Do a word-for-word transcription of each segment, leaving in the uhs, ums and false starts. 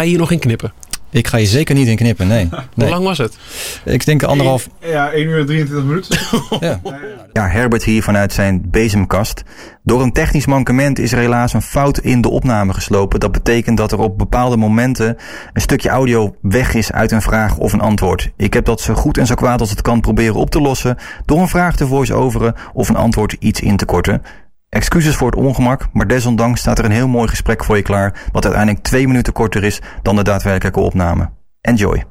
Ga je hier nog in knippen? Ik ga je zeker niet in knippen, nee. nee. Hoe lang was het? Ik denk anderhalf... Ja, één uur en drieëntwintig minuten. ja. ja, Herbert hier vanuit zijn bezemkast. Door een technisch mankement is er helaas een fout in de opname geslopen. Dat betekent dat er op bepaalde momenten een stukje audio weg is uit een vraag of een antwoord. Ik heb dat zo goed en zo kwaad als het kan proberen op te lossen door een vraag te voice-overen of een antwoord iets in te korten. Excuses voor het ongemak, maar desondanks staat er een heel mooi gesprek voor je klaar, wat uiteindelijk twee minuten korter is dan de daadwerkelijke opname. Enjoy.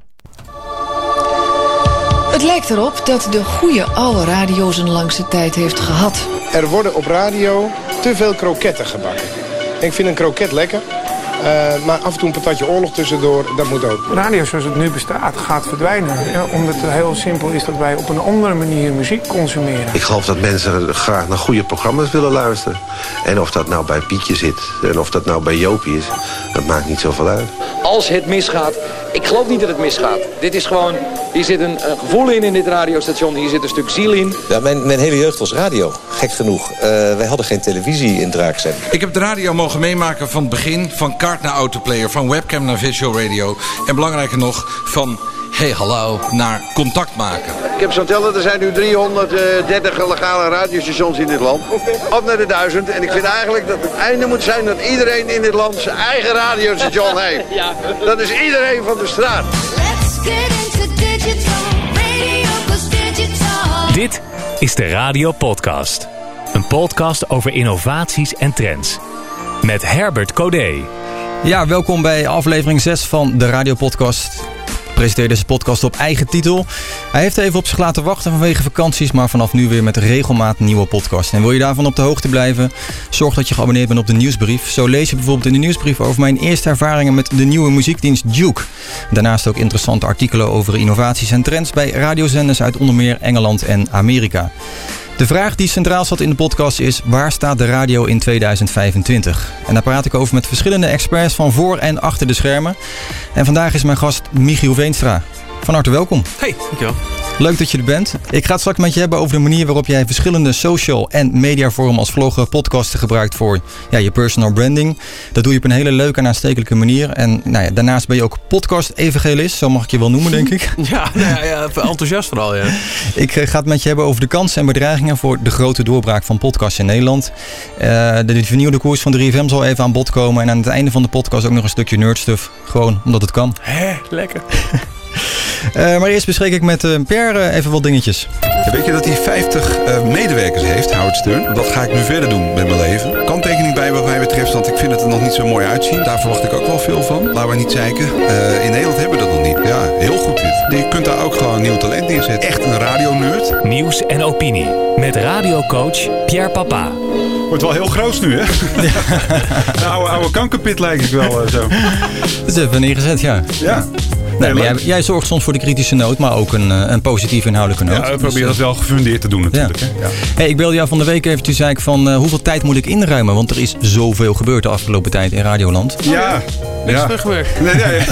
Het lijkt erop dat de goede oude radio zijn langste tijd heeft gehad. Er worden op radio te veel kroketten gebakken. Ik vind een kroket lekker, uh, maar af en toe een patatje oorlog tussendoor, dat moet ook. Radio zoals het nu bestaat gaat verdwijnen. Ja, omdat het heel simpel is dat wij op een andere manier muziek consumeren. Ik geloof dat mensen graag naar goede programma's willen luisteren. En of dat nou bij Pietje zit en of dat nou bij Jopie is, dat maakt niet zoveel uit. Als het misgaat, ik geloof niet dat het misgaat. Dit is gewoon, hier zit een, een gevoel in in dit radiostation, hier zit een stuk ziel in. Ja, mijn, mijn hele jeugd was radio, gek genoeg. Uh, wij hadden geen televisie in Draakzend. Ik heb de radio mogen meemaken van het begin, van kaart naar autoplayer, van webcam naar visual radio. En belangrijker nog, van hey hallo naar contact maken. Ik heb zo'n tellen, er zijn nu driehonderddertig legale radiostations in dit land. Op naar de duizend. En ik vind eigenlijk dat het einde moet zijn dat iedereen in dit land zijn eigen radiostation heeft. Ja. Dat is iedereen van de straat. Let's get into digital. Radio goes digital. Dit is de Radio Podcast. Een podcast over innovaties en trends. Met Herbert Codé. Ja, welkom bij aflevering zes van de Radio Podcast. Ik presenteer deze podcast op eigen titel. Hij heeft even op zich laten wachten vanwege vakanties, maar vanaf nu weer met regelmaat nieuwe podcast. En wil je daarvan op de hoogte blijven? Zorg dat je geabonneerd bent op de nieuwsbrief. Zo lees je bijvoorbeeld in de nieuwsbrief over mijn eerste ervaringen met de nieuwe muziekdienst Duke. Daarnaast ook interessante artikelen over innovaties en trends bij radiozenders uit onder meer Engeland en Amerika. De vraag die centraal staat in de podcast is: waar staat de radio in tweeduizend vijfentwintig? En daar praat ik over met verschillende experts van voor en achter de schermen. En vandaag is mijn gast Michiel Veenstra. Van harte welkom. Hey, dankjewel. Leuk dat je er bent. Ik ga het straks met je hebben over de manier waarop jij verschillende social en mediavormen als vlogger, podcasten gebruikt voor ja, je personal branding. Dat doe je op een hele leuke en aanstekelijke manier. En nou ja, daarnaast ben je ook podcast-evangelist, zo mag ik je wel noemen, denk ik. Ja, ja, ja, enthousiast vooral, ja. Ik ga het met je hebben over de kansen en bedreigingen voor de grote doorbraak van podcasts in Nederland. Uh, de vernieuwde koers van drie F M zal even aan bod komen. En aan het einde van de podcast ook nog een stukje nerdstuff. Gewoon omdat het kan. Hé, lekker. Uh, maar eerst bespreek ik met uh, Pierre uh, even wat dingetjes. Ja, weet je dat hij vijftig uh, medewerkers heeft, Howard Stern? Dat ga ik nu verder doen met mijn leven. Kanttekening bij wat mij betreft, want ik vind het er nog niet zo mooi uitzien. Daar verwacht ik ook wel veel van. Laten we niet zeiken. Uh, in Nederland hebben we dat nog niet. Ja, heel goed dit. Je kunt daar ook gewoon nieuw talent neerzetten. Echt een radionerd. Nieuws en opinie. Met radiocoach Pierre Papa. Wordt wel heel groot nu, hè? De oude, oude kankerpit lijkt ik wel uh, zo. Dat is even neergezet, ja. Ja. Nee, maar jij, jij zorgt soms voor de kritische noot, maar ook een, een positief inhoudelijke noot. Ja, we proberen dus, dat wel gefundeerd te doen natuurlijk. Ja. Hè? Ja. Hey, ik belde jou van de week even, toen zei ik van uh, hoeveel tijd moet ik inruimen? Want er is zoveel gebeurd de afgelopen tijd in Radioland. Ja. Niks ja. teruggewerkt. Nee, nee.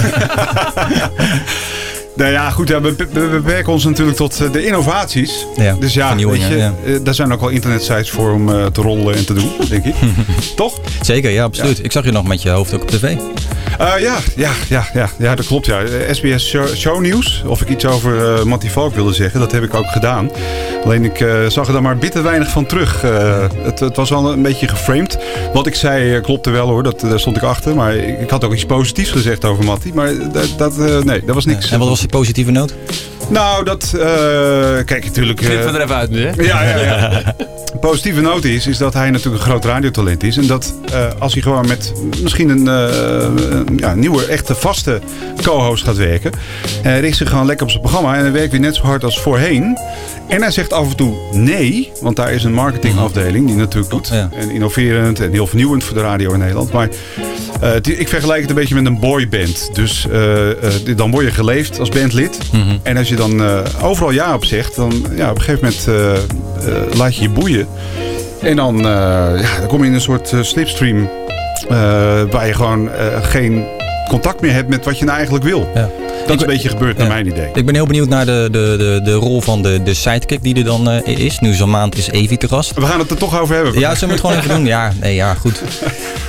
Nou ja, goed, ja, we, we beperken ons natuurlijk tot de innovaties. Ja, dus ja, weet je, ja. daar zijn ook wel internetsites voor om uh, te rollen en te doen, denk ik. Toch? Zeker, ja, absoluut. Ja. Ik zag je nog met je hoofd ook op tv. Uh, ja, ja, ja, ja, ja, dat klopt. Ja. S B S Show, show News, of ik iets over uh, Mattie Valk wilde zeggen, dat heb ik ook gedaan. Alleen ik uh, zag er dan maar bitter weinig van terug. Uh, het, het was wel een beetje geframed. Wat ik zei uh, klopte wel hoor, dat, daar stond ik achter. Maar ik, ik had ook iets positiefs gezegd over Mattie. Maar dat, dat, uh, nee, dat was niks. Ja, en wat was de positieve noot? Nou, dat... Uh, kijk, natuurlijk... Uh, Knippen we er even uit nu, hè? Ja, ja, ja. De positieve noot is, is dat hij natuurlijk een groot radiotalent is. En dat uh, als hij gewoon met misschien een uh, ja, nieuwe, echte, vaste co-host gaat werken. En hij richt zich gewoon lekker op zijn programma. En hij werkt weer net zo hard als voorheen. En hij zegt af en toe nee. Want daar is een marketingafdeling die natuurlijk doet. Ja. En innoverend en heel vernieuwend voor de radio in Nederland. Maar uh, ik vergelijk het een beetje met een boyband. Dus uh, uh, dan word je geleefd als bandlid. Mm-hmm. En als je dan uh, overal ja op zegt. Dan ja, op een gegeven moment uh, uh, laat je je boeien. En dan, uh, ja, dan kom je in een soort uh, slipstream. Uh, waar je gewoon uh, geen contact meer hebt met wat je nou eigenlijk wil. Ja. Dat is een beetje gebeurd naar ja. mijn idee. Ik ben heel benieuwd naar de, de, de, de rol van de, de sidekick die er dan uh, is. Nu zo'n maand is Evie te gast. We gaan het er toch over hebben. Ja, zullen we het gewoon even doen? Ja, nee, ja, goed.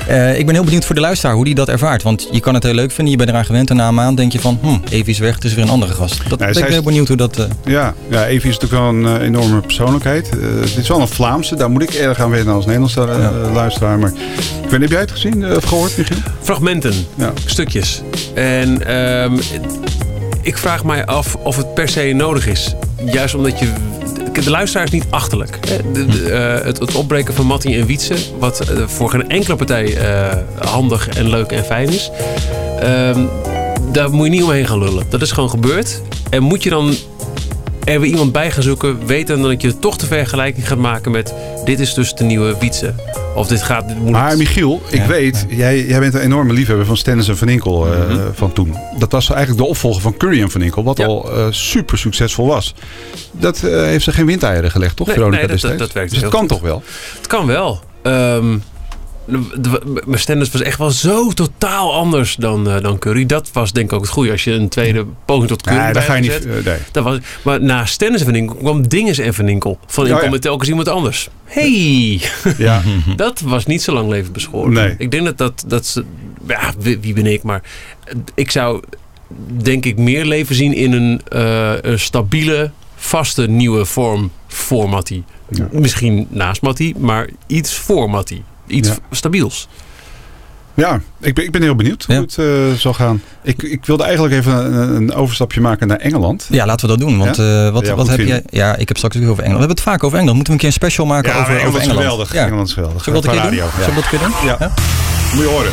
Uh, ik ben heel benieuwd voor de luisteraar hoe die dat ervaart. Want je kan het heel leuk vinden, je bent eraan gewend. En na een maand denk je van, hm, Evie is weg, het is weer een andere gast. Dat nee, ben ik heel benieuwd hoe dat... Uh... Ja, ja, Evie is natuurlijk wel een uh, enorme persoonlijkheid. Uh, dit is wel een Vlaamse, daar moet ik erg aan wennen als Nederlandse uh, ja. luisteraar. Maar ik weet, heb jij het gezien uh, of gehoord, Michiel? Fragmenten, ja. Stukjes. En um, ik vraag mij af of het per se nodig is. Juist omdat je... De luisteraar is niet achterlijk. De, de, uh, het, het opbreken van Mattie en Wietse, wat uh, voor geen enkele partij uh, handig en leuk en fijn is. Uh, daar moet je niet omheen gaan lullen. Dat is gewoon gebeurd. En moet je dan er weer iemand bij gaan zoeken, weten dat je toch de vergelijking gaat maken met dit is dus de nieuwe Wietse. Of dit gaat... Dit moet maar het... Michiel, ik ja, weet, ja. Jij, jij bent een enorme liefhebber van Stennis en Van Inkel uh, mm-hmm. van toen. Dat was eigenlijk de opvolger van Curry en Van Inkel, wat ja. al uh, super succesvol was. Dat uh, heeft ze geen windeieren gelegd, toch? Nee, Veronica nee dat, dat, dat werkt dus het kan goed. Toch wel? Het kan wel. Um, Maar Stennis was echt wel zo totaal anders dan, uh, dan Curry. Dat was denk ik ook het goede. Als je een tweede poging tot Curry nee, bij ga je gezet, niet, uh, nee. dat was, maar na Stennis en Van Inkel kwam Dinges en Van Inkel. Van Inkel oh, ja. met telkens iemand anders. Hey! Ja. Dat was niet zo lang leven beschoren. Nee. Ik denk dat dat... dat ze, ja, wie, wie ben ik? Maar ik zou denk ik meer leven zien in een, uh, een stabiele, vaste nieuwe vorm voor Mattie. Ja. Misschien naast Mattie, maar iets voor Mattie. Iets ja. stabiels. Ja, ik ben, ik ben heel benieuwd hoe ja. het uh, zal gaan. Ik, ik wilde eigenlijk even een, een overstapje maken naar Engeland. Ja, laten we dat doen. Want ja? uh, wat, ja, wat heb jij... Ja, ik heb straks ook over Engeland. We hebben het vaak over Engeland. Moeten we een keer een special maken ja, over, Engeland over Engeland? Geweldig. Ja. Engeland is geweldig. Zullen we dat een keer doen? Ja. Zullen we dat een keer doen? Ja. ja. Moet je horen.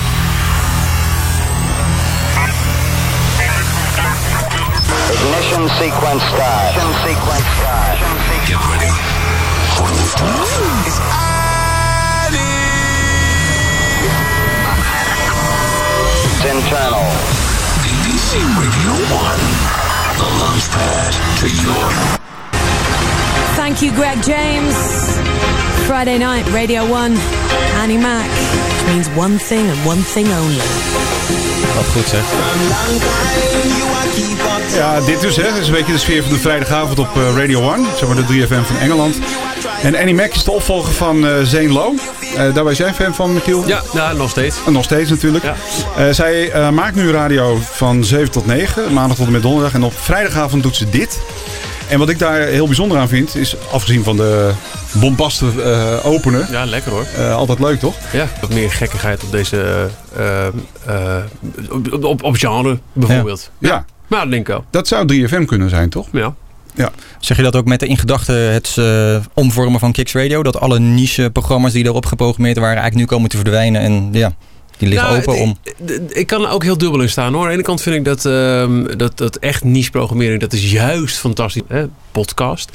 Ignition sequence start. Ignition sequence start. Get ready for liftoff. It's internal. B B C Radio one, the launchpad to your... Thank you, Greg James. Friday night, Radio one, Annie Mac. Which means one thing and one thing only. Wat goed zeg. Ja, dit dus, hè. Dit is een beetje de sfeer van de vrijdagavond op uh, Radio one. Zeg maar de drie F M van Engeland. En Annie Mac is de opvolger van uh, Zane Lowe. Uh, daar was jij fan van, Michiel? Ja, nou, nog steeds. Uh, nog steeds natuurlijk. Ja. Uh, zij uh, maakt nu radio van zeven tot negen. Maandag tot en met donderdag. En op vrijdagavond doet ze dit. En wat ik daar heel bijzonder aan vind, is afgezien van de bombaste uh, opener. Ja, lekker hoor. Uh, altijd leuk, toch? Ja, wat meer gekkigheid op deze uh, uh, op, op, op genre bijvoorbeeld. Ja. ja. Maar dat denk ik wel. Dat zou drie F M kunnen zijn, toch? Ja. Ja. Zeg je dat ook met de in gedachte het uh, omvormen van Kicks Radio? Dat alle niche-programma's die daarop geprogrammeerd waren eigenlijk nu komen te verdwijnen en ja... Die liggen nou, open om... Ik kan er ook heel dubbel in staan hoor. Aan de ene kant vind ik dat, um, dat, dat echt niche programmering, dat is juist fantastisch. Hè? Podcast.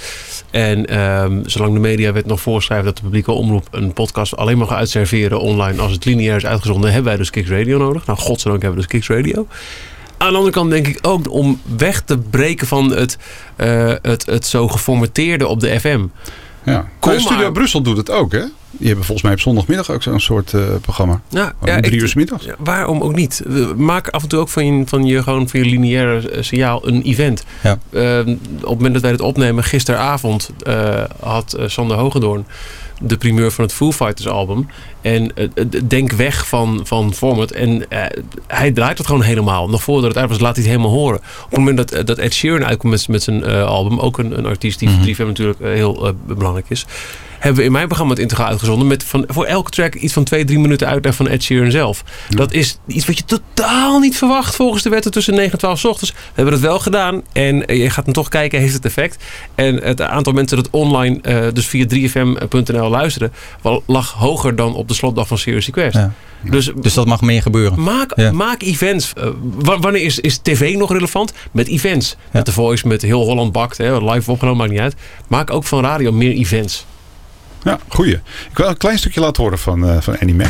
En um, zolang de mediawet nog voorschrijft dat de publieke omroep een podcast alleen mag uitserveren online als het lineair is uitgezonden, hebben wij dus Kicks Radio nodig. Nou, godzijdank hebben we dus Kicks Radio. Aan de andere kant denk ik ook om weg te breken van het, uh, het, het zo geformateerde op de F M. Ja. Kom Studio maar. Brussel doet het ook, hè? Die hebben volgens mij op zondagmiddag ook zo'n soort uh, programma. Nou, ja, drie uur 's middags. Ja, waarom ook niet? Maak af en toe ook van je, van je, gewoon van je lineaire signaal een event. Ja. Uh, op het moment dat wij het opnemen, gisteravond uh, had uh, Sander Hogendoorn de primeur van het Foo Fighters album. En uh, denk weg van, van format. En uh, hij draait het gewoon helemaal. Nog voordat het uit was, laat hij het helemaal horen. Op het moment dat, dat Ed Sheeran uitkomt met, met zijn uh, album, ook een, een artiest die voor drie F M natuurlijk uh, heel uh, belangrijk is, hebben we in mijn programma het integraal uitgezonden met van, voor elke track iets van twee, drie minuten uitleg van Ed Sheeran zelf. Ja. Dat is iets wat je totaal niet verwacht volgens de wetten tussen negen en twaalf 's ochtends. We hebben het wel gedaan en je gaat dan toch kijken, heeft het effect? En het aantal mensen dat online, uh, dus via drie F M punt n l luisteren, lag hoger dan op de slotdag van Serious Request. Ja. Dus, dus dat mag meer gebeuren. Maak, ja. maak events. Uh, wanneer is, is tv nog relevant? Met events. Ja. Met The Voice, met Heel Holland Bakt, hè, live opgenomen, maakt niet uit. Maak ook van radio meer events. Ja, goeie. Ik wil een klein stukje laten horen van, uh, van Annie Mac.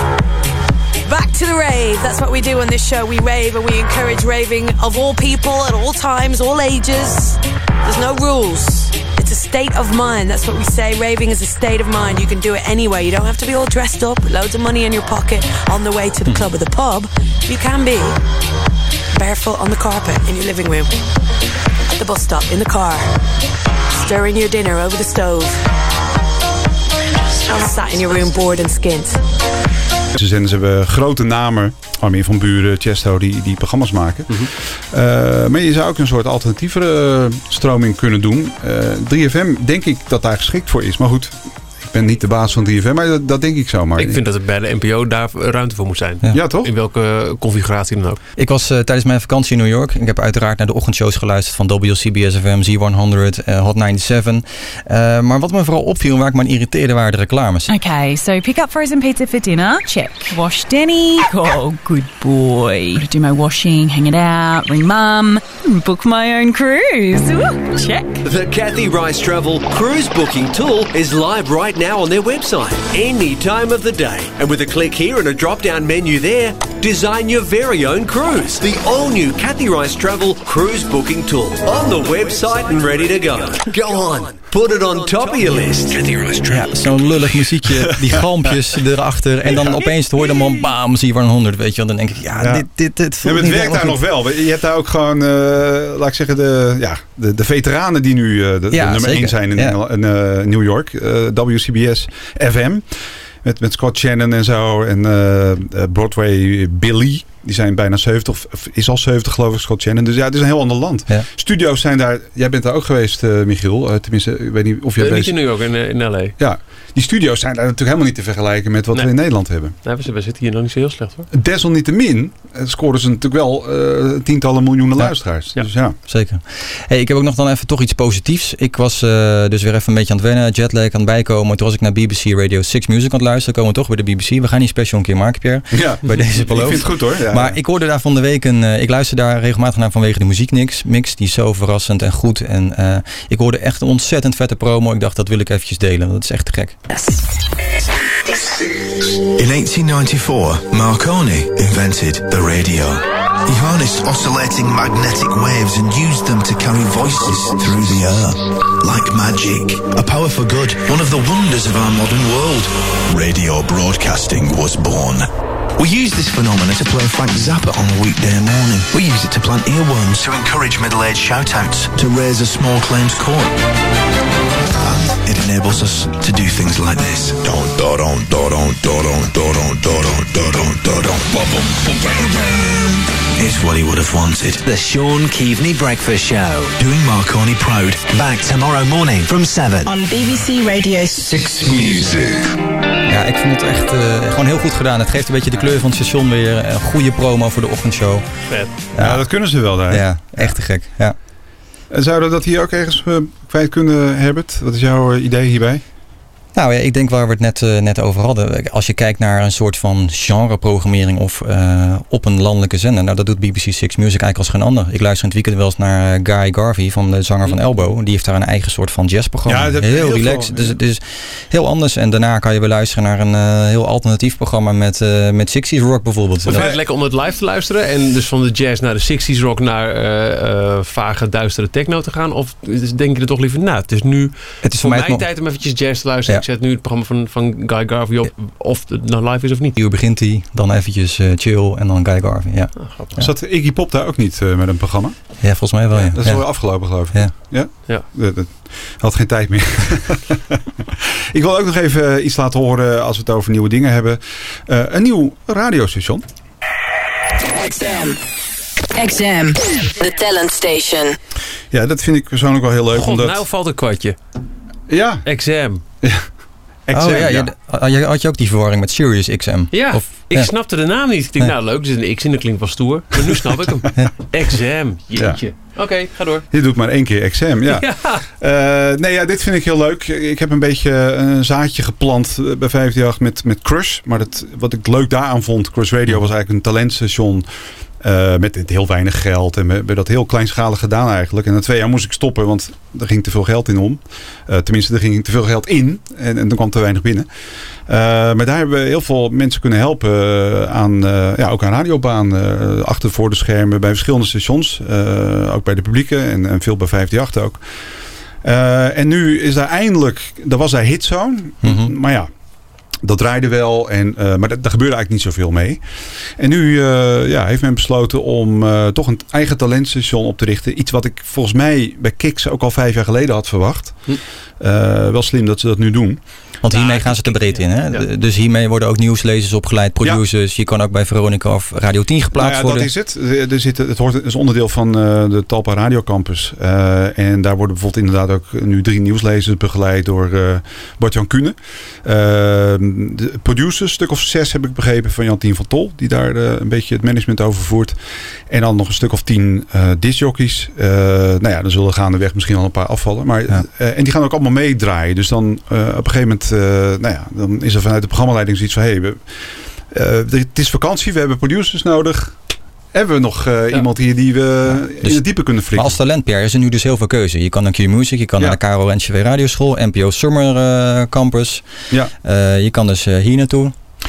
Back to the rave. That's what we do on this show. We rave and we encourage raving of all people, at all times, all ages. There's no rules. It's a state of mind. That's what we say. Raving is a state of mind. You can do it anywhere. You don't have to be all dressed up, loads of money in your pocket on the way to the club or the pub. You can be barefoot on the carpet in your living room, at the bus stop, in the car, stirring your dinner over the stove, sat in your room bored and skint. Ze zenden, ze hebben grote namen, Armin van Buuren, Chesto, die, die programma's maken. Mm-hmm. uh, maar je zou ook een soort alternatievere stroming kunnen doen. Uh, drie F M denk ik dat daar geschikt voor is. Maar goed, ik ben niet de baas van drie F M, maar dat, dat denk ik zo. Maar ik vind dat er bij de N P O daar ruimte voor moet zijn. Ja, ja toch? In welke configuratie dan ook. Ik was uh, tijdens mijn vakantie in New York. Ik heb uiteraard naar de ochtendshows geluisterd van W C B S F M, Z honderd, uh, Hot zevenennegentig. Uh, maar wat me vooral opviel en waar ik me aan irriteerde waren de reclames. Okay, so pick up frozen pizza for dinner. Check. Wash Denny. Oh, good boy. Do my washing, hang it out, ring mum, book my own cruise. Ooh, check. The Kathy Rice Travel cruise booking tool is live right now on their website, any time of the day. And with a click here and a drop-down menu there, design your very own cruise. The all-new Kathy Rice Travel cruise booking tool on the website and ready to go. Go on, put it on top of your list. Kathy Rice Travel. Ja, zo'n lullig muziekje, die galmpjes erachter. En dan opeens hoor je dan man, bam, Z honderd, weet je wel. Dan denk ik, ja, ja. dit, dit, dit voelt ja, het werkt daar goed. Nog wel. Je hebt daar ook gewoon, uh, laat ik zeggen, de, ja, de, de veteranen die nu uh, de, ja, de nummer één zijn in, ja. in uh, New York. Uh, W C B S F M. Met, met Scott Shannon en zo. En uh, Broadway Billy. Die zijn bijna zeventig. Of is al zeventig geloof ik, Scott Shannon. Dus ja, het is een heel ander land. Ja. Studio's zijn daar. Jij bent daar ook geweest, uh, Michiel. Uh, tenminste, ik weet niet of je... Uh, niet in New York, in, in L A. Ja. Die studio's zijn daar natuurlijk helemaal niet te vergelijken met wat nee. we in Nederland hebben. Nee, we zitten hier nog niet zo heel slecht hoor. Desalniettemin scoren ze natuurlijk wel uh, tientallen miljoenen ja. luisteraars. Ja. Dus ja. Zeker. Hey, ik heb ook nog dan even toch iets positiefs. Ik was uh, dus weer even een beetje aan het wennen. Jetlag aan het bijkomen. Toen was ik naar B B C Radio six Music aan het luisteren. Komen we toch bij de B B C. We gaan die special een keer maken, Pierre. Ja. Bij deze beloof. Ik vind het goed hoor. Ja, maar ja. ik hoorde daar van de week een... Uh, ik luister daar regelmatig naar vanwege de muziekmix. Mix, die is zo verrassend en goed. En uh, ik hoorde echt een ontzettend vette promo. Ik dacht, dat wil ik eventjes delen. Dat is echt te gek. Yes. In eighteen ninety-four, Marconi invented the radio. He harnessed oscillating magnetic waves and used them to carry voices through the air. Like magic, a power for good, one of the wonders of our modern world. Radio broadcasting was born. We use this phenomenon to play Frank Zappa on a weekday morning. We use it to plant earworms, to encourage middle-aged shout-outs, to raise a small claims court. And it enables us to do things like this. Don't, don't, don't, don't, don't, don't, don't, don't, don't. It's what he would have wanted. The Sean Keaveney Breakfast Show. Doing Marconi proud. Back tomorrow morning from seven. On B B C Radio six Music. Ja, ik vind het echt uh, gewoon heel goed gedaan. Het geeft een beetje de kleur van het station weer. Een goede promo voor de ochtendshow. Vet. Ja, ja, dat kunnen ze wel daar. Ja, echt te gek. Ja. Zouden we dat hier ook ergens uh, kwijt kunnen, Herbert? Wat is jouw uh, idee hierbij? Nou ja, ik denk waar we het net, uh, net over hadden. Als je kijkt naar een soort van genreprogrammering of uh, op een landelijke zender. Nou, dat doet B B C six Music eigenlijk als geen ander. Ik luister in het weekend wel eens naar uh, Guy Garvey, van de zanger van Elbow. Die heeft daar een eigen soort van jazzprogramma. Ja, dat heel, heel relaxed. Veel, ja. Dus het is heel anders. En daarna kan je weer luisteren naar een uh, heel alternatief programma met, uh, met sixties rock bijvoorbeeld. Ik vind het lekker om het live te luisteren. En dus van de jazz naar de sixties rock naar uh, uh, vage, duistere techno te gaan. Of denk je er toch liever na? Het is nu het is voor mij no- tijd om eventjes jazz te luisteren. Ja. Ik zet nu het programma van, van Guy Garvey op. Of het nou live is of niet. Hier begint hij. Dan eventjes uh, chill. En dan Guy Garvey. Ja. Oh, ja. Zat Iggy Pop daar ook niet uh, met een programma? Ja, volgens mij wel. Ja. Dat is ja. wel afgelopen geloof ik. Ja. Ja? Ja. Dat, dat had geen tijd meer. Ik wil ook nog even iets laten horen als we het over nieuwe dingen hebben. Uh, een nieuw radiostation. X M. X M. The Talent Station. Ja, dat vind ik persoonlijk wel heel leuk. God, omdat... nou valt een kwartje. Ja. X M. Ja. X M, oh ja, ja. ja, had je ook die verwarring met Sirius X M? Ja, of, ik ja. snapte de naam niet. Ik dacht, ja. nou leuk, er zit een X in, dat klinkt wel stoer. Maar nu snap ik hem. Ja. X M, jeetje. Ja. Oké, okay, ga door. Dit doet maar één keer X M, ja. ja. Uh, nee, ja, dit vind ik heel leuk. Ik heb een beetje een zaadje geplant bij vijfenveertig met, met Crush. Maar dat, wat ik leuk daaraan vond, Crush Radio was eigenlijk een talentstation. Uh, met heel weinig geld. En we hebben dat heel kleinschalig gedaan eigenlijk. En na twee jaar moest ik stoppen, want er ging te veel geld in om. Uh, tenminste, er ging te veel geld in. En, en er kwam te weinig binnen. Uh, maar daar hebben we heel veel mensen kunnen helpen. Uh, aan, uh, ja, ook aan radiobaan. Uh, achter voor de schermen bij verschillende stations. Uh, ook bij de publieke. En, en veel bij vijfenveertig ook. Uh, en nu is daar eindelijk... Er was daar Hitzone. Mm-hmm. Maar ja... Dat draaide wel, en, uh, maar daar gebeurde eigenlijk niet zoveel mee. En nu uh, ja, heeft men besloten om uh, toch een eigen talentstation op te richten. Iets wat ik volgens mij bij Kicks ook al vijf jaar geleden had verwacht. Hm. uh, wel slim dat ze dat nu doen. Want hiermee gaan ze te breed in. Hè? Ja. Dus hiermee worden ook nieuwslezers opgeleid, producers. Ja. Je kan ook bij Veronica of Radio tien geplaatst nou ja, worden. Dat is het. Er zit, het hoort, is onderdeel van uh, de Talpa Radio Campus. Uh, en daar worden bijvoorbeeld inderdaad ook nu drie nieuwslezers begeleid door uh, Bart-Jan Kuhne. Uh, de producers, stuk of zes heb ik begrepen van Jantien van Tol. Die daar uh, een beetje het management over voert. En dan nog een stuk of tien uh, discjockeys. Uh, nou ja, dan zullen gaandeweg misschien al een paar afvallen. Maar, ja. uh, en die gaan ook allemaal meedraaien. Dus dan uh, op een gegeven moment... Uh, nou ja, dan is er vanuit de programmaleiding zoiets van... Hey, we, uh, het is vakantie, we hebben producers nodig. Hebben we nog uh, ja. iemand hier die we ja. dus, in het diepe kunnen flikken. Maar als talent, Pierre, is er nu dus heel veel keuze. Je kan naar Q-Music, je kan ja. naar de K R O N C W Radioschool... N P O Summer uh, Campus. Ja. Uh, je kan dus uh, hier naartoe.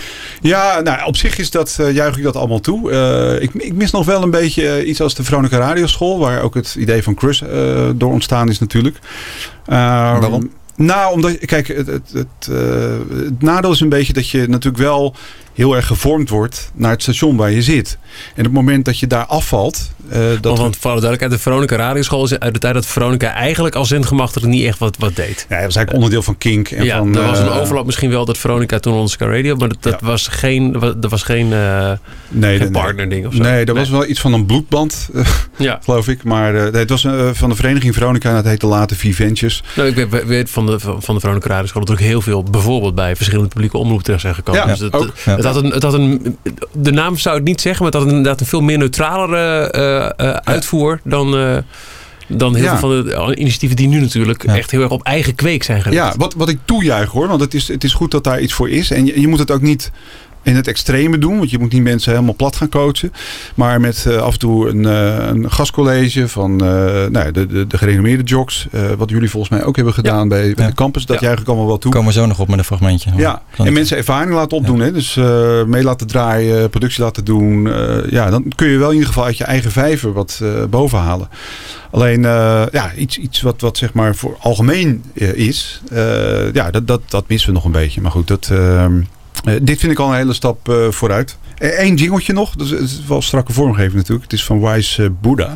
Ja, nou, op zich is dat, uh, juich ik dat allemaal toe. Uh, ik, ik mis nog wel een beetje uh, iets als de Veronica Radioschool... waar ook het idee van Chris uh, door ontstaan is natuurlijk. Uh, Waarom? Nou, omdat, kijk, het, het, het, uh, het nadeel is een beetje dat je natuurlijk wel heel erg gevormd wordt naar het station waar je zit. En op het moment dat je daar afvalt... Uh, dat want voor alle duidelijkheid, de Veronica Radioschool is uit de tijd dat Veronica eigenlijk als zendgemachtigde niet echt wat, wat deed. Ja, dat was eigenlijk onderdeel van Kink. En ja, van, er was een uh, overlap misschien wel dat Veronica toen onze Radio, maar dat, dat ja. was geen, dat was geen, uh, nee, geen nee, partnerding of zo. Nee, dat nee. was wel iets van een bloedband, uh, ja. geloof ik. Maar uh, het was uh, van de vereniging Veronica en dat heette later V-Ventures. Nou, ik weet, weet van de, van de Veronica Radioschool dat er ook heel veel bijvoorbeeld bij verschillende publieke omroepen terecht zijn gekomen. Ja, dus het, ook, ja. het had een, het had een, de naam zou ik niet zeggen, maar het had inderdaad een veel meer neutralere uh, uh, uitvoer dan... Uh, Dan heel ja. veel van de initiatieven die nu natuurlijk ja. echt heel erg op eigen kweek zijn gericht. Ja, wat, wat ik toejuich hoor. Want het is, het is goed dat daar iets voor is. En je, je moet het ook niet in het extreme doen. Want je moet niet mensen helemaal plat gaan coachen. Maar met uh, af en toe een, uh, een gastcollege van uh, nou, de, de, de gerenommeerde jocks. Uh, wat jullie volgens mij ook hebben gedaan ja. bij, bij ja. de campus. Dat ja. juich ik allemaal wel toe. Komen we zo nog op met een fragmentje. Ja, en mensen ervaring laten opdoen. Ja. Hè? Dus uh, mee laten draaien, productie laten doen. Uh, ja, dan kun je wel in ieder geval uit je eigen vijver wat uh, boven halen. Alleen uh, ja, iets, iets wat, wat zeg maar voor algemeen uh, is. Uh, ja, dat, dat, dat missen we nog een beetje. Maar goed, dat... Uh, Uh, dit vind ik al een hele stap uh, vooruit. Eén jingeltje nog. Dat is, het is wel strakke vormgeving natuurlijk. Het is van Wise uh, Buddha.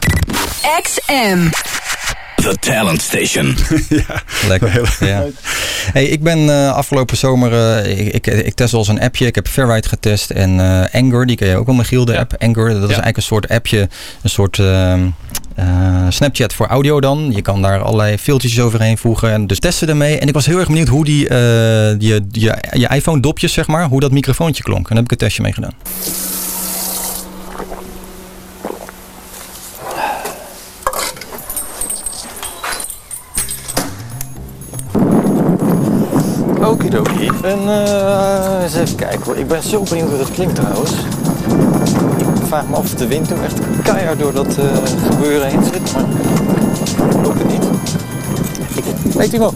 X M. The Talent Station. ja, lekker. Ja. Hey, ik ben uh, afgelopen zomer... Uh, ik, ik, ik test wel eens een appje. Ik heb Fairride getest. En uh, Anger, die ken je ook wel, Michiel, de ja. app. Anger, dat is ja. eigenlijk een soort appje. Een soort... Uh, Uh, Snapchat voor audio dan. Je kan daar allerlei filtertjes overheen voegen. En dus testen ermee. En ik was heel erg benieuwd hoe die, uh, die, die, je, je iPhone dopjes, zeg maar, hoe dat microfoontje klonk. En daar heb ik een testje mee gedaan. Okidoki. Ik ben, uh, eens even kijken hoor. Ik ben zo benieuwd hoe dat klinkt trouwens. Ik vraag me af of de wind nu echt keihard door dat uh, gebeuren heen zit, maar ik hoop het niet. Ik, weet u wel.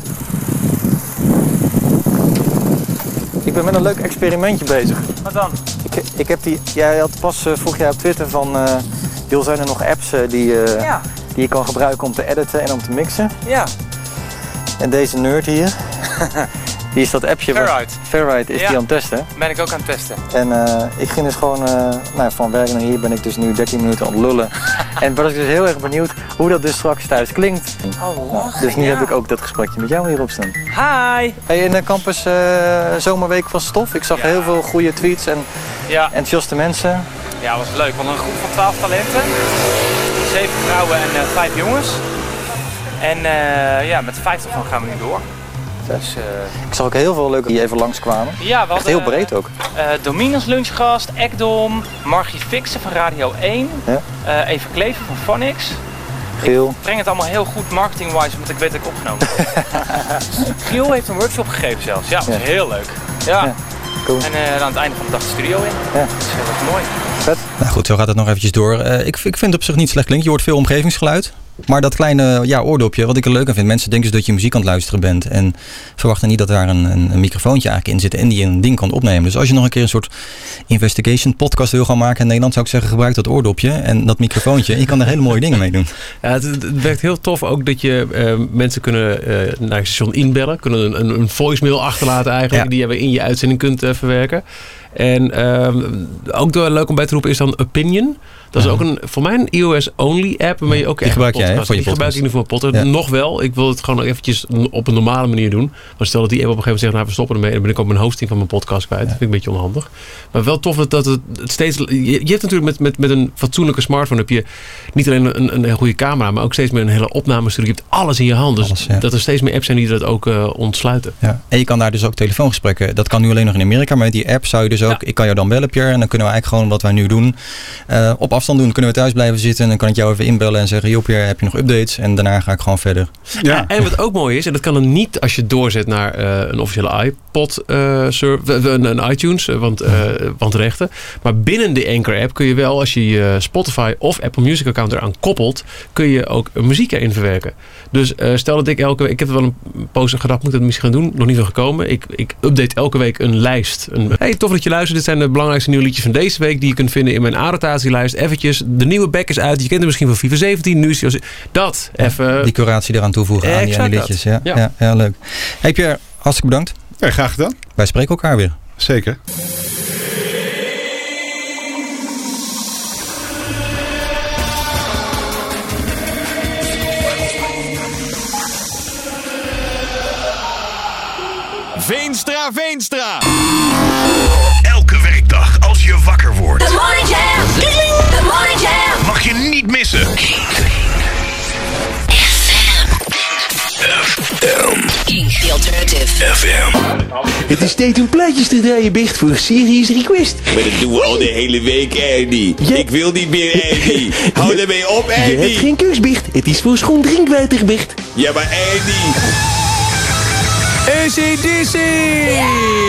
Ik ben met een leuk experimentje bezig. Wat dan? Ik, ik heb die, jij had pas uh, vroeg jij op Twitter van, uh, joh, zijn er nog apps uh, die, uh, ja. die je kan gebruiken om te editen en om te mixen? Ja. En deze nerd hier. Die is dat appje. Fairride. Fairride is ja. die aan het testen. Ben ik ook aan het testen. En uh, ik ging dus gewoon, uh, nou, van werk naar hier ben ik dus nu dertien minuten aan het lullen. En was ik dus heel erg benieuwd hoe dat dus straks thuis klinkt. Oh, nou, dus nu ja. heb ik ook dat gesprekje met jou hierop staan. Hi! Hey, in de campus uh, zomerweek van stof. Ik zag ja. heel veel goede tweets en ja. enthousiaste mensen. Ja, was leuk. Want een groep van twaalf talenten. Zeven vrouwen en uh, vijf jongens. En uh, ja, met vijftig van gaan we nu door. Dus, uh, ik zag ook heel veel leuke die even langskwamen. Ja, we echt heel breed ook. Uh, Domien als lunchgast, Ekdom, Margie Fixen van Radio één, ja. uh, Eva Klever van Phonics. Giel. Ik breng het allemaal heel goed marketing-wise, want ik weet dat ik opgenomen heb. Giel heeft een workshop gegeven zelfs. Ja, dat was ja. heel leuk. Ja. ja. Cool. En uh, aan het einde van de dag de studio in. Ja. Dus uh, dat is mooi. Vet. Nou goed, zo gaat het nog eventjes door. Uh, ik, ik vind het op zich niet slecht klinken. Je hoort veel omgevingsgeluid. Maar dat kleine ja, oordopje, wat ik er leuk aan vind. Mensen denken dus dat je muziek aan het luisteren bent. En verwachten niet dat daar een, een, een microfoontje eigenlijk in zit. En die een ding kan opnemen. Dus als je nog een keer een soort investigation podcast wil gaan maken in Nederland. Zou ik zeggen, gebruik dat oordopje en dat microfoontje. En je kan er hele mooie dingen mee doen. Ja, het, het werkt heel tof ook dat je uh, mensen kunnen uh, naar het station inbellen. Kunnen een, een voicemail achterlaten eigenlijk. Ja. Die je weer in je uitzending kunt uh, verwerken. En um, ook door, leuk om bij te roepen is dan Opinion. Dat is ja. ook een, voor mij een iOS-only app. Waarmee je ook die gebruik jij hè, voor je Die gebruik ik nu voor een podcast. Ja. Nog wel. Ik wil het gewoon nog eventjes op een normale manier doen. Maar stel dat die app op een gegeven moment zegt, nou we stoppen ermee. Dan ben ik ook mijn hosting van mijn podcast kwijt. Ja. Dat vind ik een beetje onhandig. Maar wel tof dat het, het steeds... Je, je hebt natuurlijk met, met, met een fatsoenlijke smartphone heb je niet alleen een, een, een goede camera, maar ook steeds meer een hele opnamestudio. Je hebt alles in je hand. Dus alles, ja. dat er steeds meer apps zijn die dat ook uh, ontsluiten. Ja. En je kan daar dus ook telefoongesprekken. Dat kan nu alleen nog in Amerika. Maar met die app zou je dus ook... Ja. Ik kan jou dan bellen, Pierre. En dan kunnen we eigenlijk gewoon wat wij nu doen uh, op afstand doen. Kunnen we thuis blijven zitten. En dan kan ik jou even inbellen en zeggen... Joh Pierre, heb je nog updates? En daarna ga ik gewoon verder. Ja. En wat ook mooi is... En dat kan dan niet als je doorzet naar uh, een officiële iPod uh, server, een, een iTunes. Want, uh, want rechten. Maar binnen de Anchor app kun je wel... Als je je Spotify of Apple Music account eraan koppelt... Kun je ook muziek erin verwerken. Dus uh, stel dat ik elke week... Ik heb er wel een post gedacht. Moet ik dat misschien gaan doen? Nog niet van gekomen. Ik, ik update elke week een lijst. Een, hey, tof dat je luistert. Dit zijn de belangrijkste nieuwe liedjes van deze week. Die je kunt vinden in mijn A-rotatielijst. Eventjes. De nieuwe back is uit. Je kent hem misschien van FIFA zeventien. Nu is hij... Dat. Ja, even... Die curatie eraan toevoegen aan die, aan die liedjes. Ja, ja. Ja, ja, leuk. Hey Pierre, hartstikke bedankt. Ja, graag gedaan. Wij spreken elkaar weer. Zeker. Veenstra, Veenstra. Elke werkdag als je wakker wordt. The Morning Jam. The Morning Jam. Mag je niet missen. King, the alternative. F M. Het is tijd om plaatjes te draaien, Bicht, voor Serious Request. Maar dat doen we al de hele week, Andy. Ja. Ik wil niet meer, Andy. Hou ermee op, Andy. Je hebt geen keus, Bicht. Het is voor schoon drinkwater, Bicht. Ja, maar Andy... A C D C! Yeah,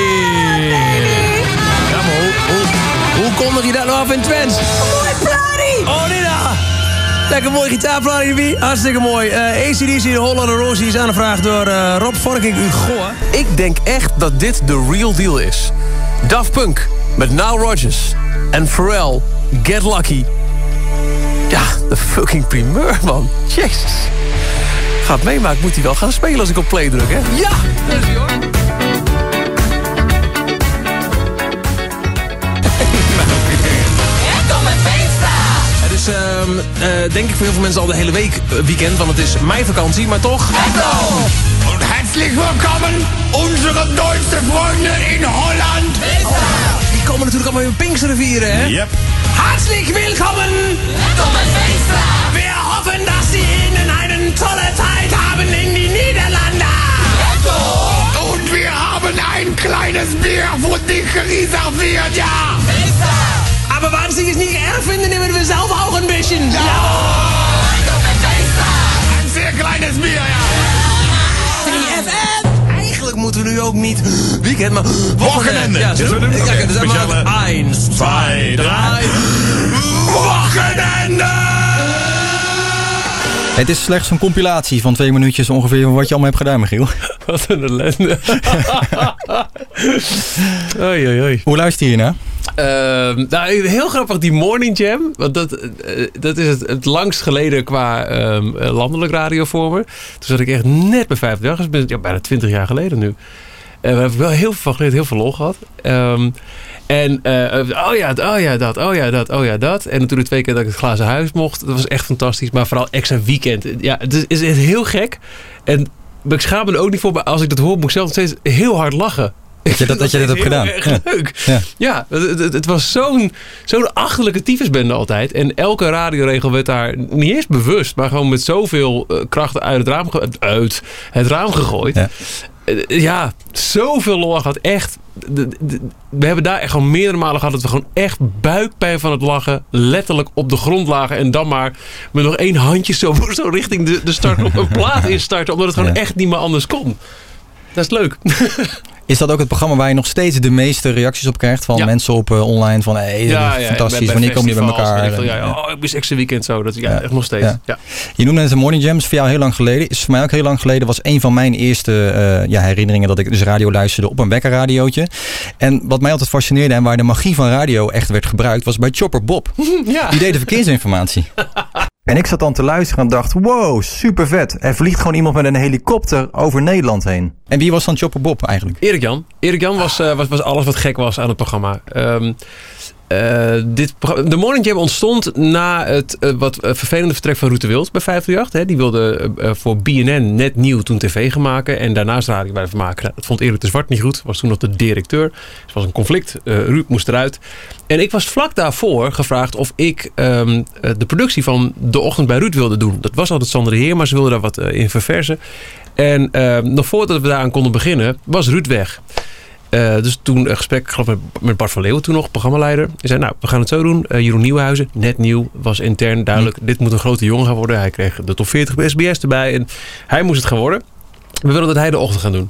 ja, maar hoe, hoe, hoe kondig je dat nou af in Twents? Mooi plaatje! Oh, dit daar! Lekker mooi gitaarplaatje erbij. Hartstikke mooi. Uh, A C D C, de Hollander Rosie, is aangevraagd door uh, Rob Vorking uit Goa. Ik denk echt dat dit de real deal is. Daft Punk met Nile Rodgers en Pharrell, Get Lucky. Ja, de fucking primeur, man. Jezus. Gaat meemaken, moet hij wel gaan spelen als ik op play druk, hè? Ja! Daar is hij, hoor. Het is, um, uh, denk ik, voor heel veel mensen al de hele week uh, weekend, want het is meivakantie, maar toch... Echo! Und herzlich willkommen, unsere deutsche Freunde in Holland! Die komen natuurlijk allemaal hun Pinksteren vieren, hè? Yep. Herzlich willkommen! Wir hoffen, dass Sie Ihnen eine tolle Zeit haben in die Niederlande! Und wir haben ein kleines Bier für dich reserviert, ja! Aber wann Sie es nicht erg finden, nehmen wir zelf auch ein bisschen. Ja! Ein sehr kleines Bier, ja! drie F M! Eigenlijk moeten we nu ook niet weekend, maar wochenende. Ja, zo doen we het. Ja, dus dan maken we één, twee, drie. Wochenende! Het is slechts een compilatie van twee minuutjes ongeveer van wat je allemaal hebt gedaan, Michiel. Wat een ellende. oei, oei, oei. Hoe luister je naar? Uh, nou, heel grappig, die Morning Jam. Want dat, uh, dat is het, het langst geleden qua um, landelijk radio voor me. Toen zat ik echt net bij vijftig jaar. Ja, bijna twintig jaar geleden nu. Uh, we hebben wel heel veel van geleerd, heel veel lol gehad. Um, En uh, oh ja, oh ja, dat, oh ja, dat, oh ja, dat. En natuurlijk twee keer dat ik het glazen huis mocht. Dat was echt fantastisch. Maar vooral extra weekend. Ja, het is, is heel gek. En ik schaam me er ook niet voor. Maar als ik dat hoor, moet ik zelf nog steeds heel hard lachen. Dat je, dat, dat je dit hebt gedaan. Erg ja. leuk. Ja, ja het, het, het was zo'n, zo'n achterlijke tyfusbende altijd. En elke radioregel werd daar niet eens bewust. Maar gewoon met zoveel uh, kracht uit het raam, ge- uit het raam gegooid. Ja. Uh, ja, zoveel lol gehad. Echt. De, de, we hebben daar echt gewoon meerdere malen gehad dat we gewoon echt buikpijn van het lachen letterlijk op de grond lagen en dan maar met nog één handje zo, zo richting de, de start op een plaat instarten omdat het gewoon ja. echt niet meer anders kon. Dat is leuk. Is dat ook het programma waar je nog steeds de meeste reacties op krijgt van ja. mensen op uh, online van hey, ja, ja, fantastisch, bij, bij wanneer komen die bij elkaar? Ik, ja, ja. Oh, ik mis extra weekend zo. Dat, ja, ja. echt nog steeds. Ja. Ja. Je noemde net de Morning Jams, voor jou heel lang geleden. Is voor mij ook heel lang geleden. Was een van mijn eerste uh, ja, herinneringen dat ik dus radio luisterde op een wekkerradiootje. En wat mij altijd fascineerde en waar de magie van radio echt werd gebruikt was bij Chopper Bob. Ja. Die deed de verkeersinformatie. En ik zat dan te luisteren en dacht, wow, super vet. Er vliegt gewoon iemand met een helikopter over Nederland heen. En wie was dan Chopper Bob eigenlijk? Erik Jan. Erik Jan was, uh, was, was alles wat gek was aan het programma. Um, Uh, dit, de Morning Jam ontstond na het uh, wat uh, vervelende vertrek van Ruud de Wild bij vijf drie acht. Hè. Die wilde uh, voor B N N net nieuw toen tv gaan maken. En daarnaast radio blijven maken. Dat vond Erik de Zwart niet goed. Was toen nog de directeur. Dus het was een conflict. Uh, Ruud moest eruit. En ik was vlak daarvoor gevraagd of ik um, de productie van De Ochtend bij Ruud wilde doen. Dat was altijd Sander de Heer, maar ze wilden daar wat uh, in verversen. En uh, nog voordat we daaraan konden beginnen, was Ruud weg. Uh, dus toen een gesprek, ik geloof met, met Bart van Leeuwen toen nog, programmaleider. Hij zei, nou, we gaan het zo doen. Uh, Jeroen Nieuwenhuizen, net nieuw, was intern duidelijk. Mm. Dit moet een grote jongen gaan worden. Hij kreeg de top veertig bij S B S erbij. En hij moest het gaan worden. We willen dat hij de ochtend gaat doen.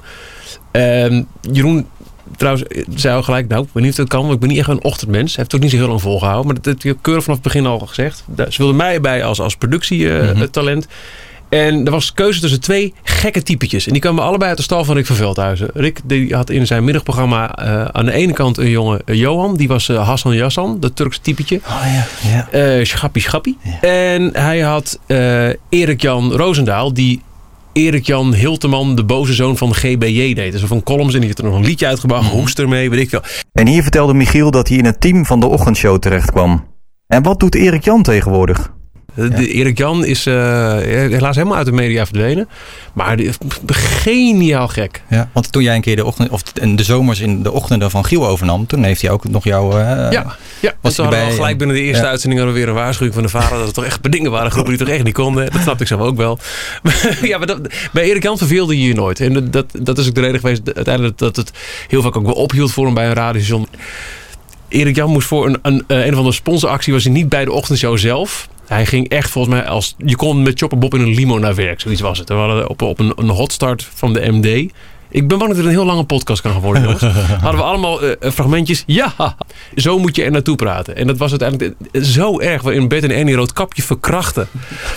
Uh, Jeroen, trouwens, zei al gelijk, nou, ik weet niet of dat kan. Want ik ben niet echt een ochtendmens. Hij heeft het ook niet zo heel lang volgehouden. Maar dat heb je keurig vanaf het begin al gezegd. Ze wilden mij erbij als, als productietalent. Uh, mm-hmm. En er was keuze tussen twee gekke typetjes. En die kwamen allebei uit de stal van Rick van Veldhuizen. Rick die had in zijn middagprogramma uh, aan de ene kant een jongen, uh, Johan. Die was uh, Hassan Jassan, dat Turkse typetje. Oh ja, ja. Uh, Schappie Schappie. Ja. En hij had uh, Erik-Jan Roosendaal, die Erik-Jan Hilteman, de boze zoon van G B J deed. Dus van columns en die had er nog een liedje uitgebracht. Mm-hmm. Hoest ermee, weet ik veel. En hier vertelde Michiel dat hij in het team van de ochtendshow terecht kwam. En wat doet Erik-Jan tegenwoordig? Ja. Erik Jan is uh, helaas helemaal uit de media verdwenen. Maar die, geniaal gek. Ja, want toen jij een keer de ochtend of de zomers in de ochtenden van Giel overnam, toen heeft hij ook nog jou. Uh, ja, ja. Was toen hadden we al gelijk binnen de eerste ja. uitzending hadden we weer een waarschuwing van de vader dat er toch echt dingen waren, groepen die toch echt niet konden. Dat snapte ik zelf ook wel. ja, maar dat, bij Erik Jan verveelde je je nooit. En dat, dat is ook de reden geweest uiteindelijk dat het heel vaak ook wel ophield voor hem bij een radiostation. Erik Jan moest voor een, een, een of andere sponsoractie, was hij niet bij de ochtendshow zelf. Hij ging echt volgens mij als... Je kon met Chopper Bob in een limo naar werk. Zoiets was het. We hadden op, op een, een hotstart van de M D. Ik ben bang dat het een heel lange podcast kan gaan worden, jongens. Hadden we allemaal uh, fragmentjes. Ja, zo moet je er naartoe praten. En dat was uiteindelijk zo erg. Waarin Bert en Annie Roodkapje verkrachten.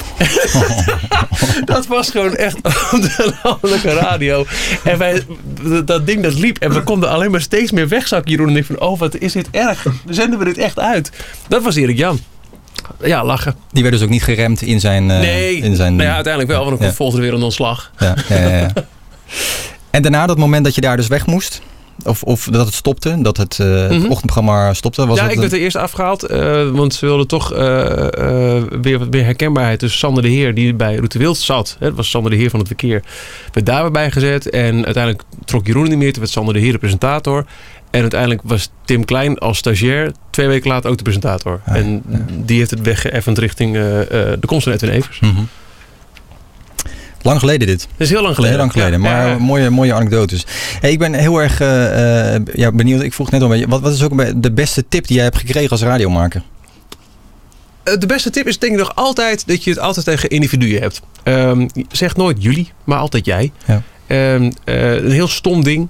dat was gewoon echt op de landelijke radio. En wij, dat ding dat liep. En we konden alleen maar steeds meer wegzakken. Jeroen en ik van, oh wat is dit erg. Zenden we dit echt uit. Dat was Erik Jan. Ja, lachen. Die werd dus ook niet geremd in zijn... Uh, nee, in zijn, nou ja, uiteindelijk wel. Want dan ja. volgde er weer een ontslag. Ja, ja, ja, ja. En daarna dat moment dat je daar dus weg moest... Of, of dat het stopte, dat het, uh, het mm-hmm. ochtendprogramma stopte. Was ja, dat ik werd er eerst afgehaald. Uh, want ze wilden toch uh, uh, weer wat meer herkenbaarheid. Dus Sander de Heer, die bij Ruud de Wild zat. Hè, dat was Sander de Heer van het verkeer. Werd daar weer bij gezet. En uiteindelijk trok Jeroen niet meer. Toen werd Sander de Heer de presentator. En uiteindelijk was Tim Klein als stagiair twee weken later ook de presentator. Ja, en ja. die heeft het weggeëffend richting uh, uh, de komst van Edwin Evers. Mm-hmm. Lang geleden dit. Dat is heel lang geleden. Heel lang geleden, ja, maar ja, ja. mooie, mooie anekdotes. Hey, ik ben heel erg uh, uh, ja, benieuwd. Ik vroeg net al een beetje, wat, wat is ook de beste tip die jij hebt gekregen als radiomaker? De beste tip is denk ik nog altijd dat je het altijd tegen individuen hebt. Um, zeg nooit jullie, maar altijd jij. Ja. Um, uh, een heel stom ding.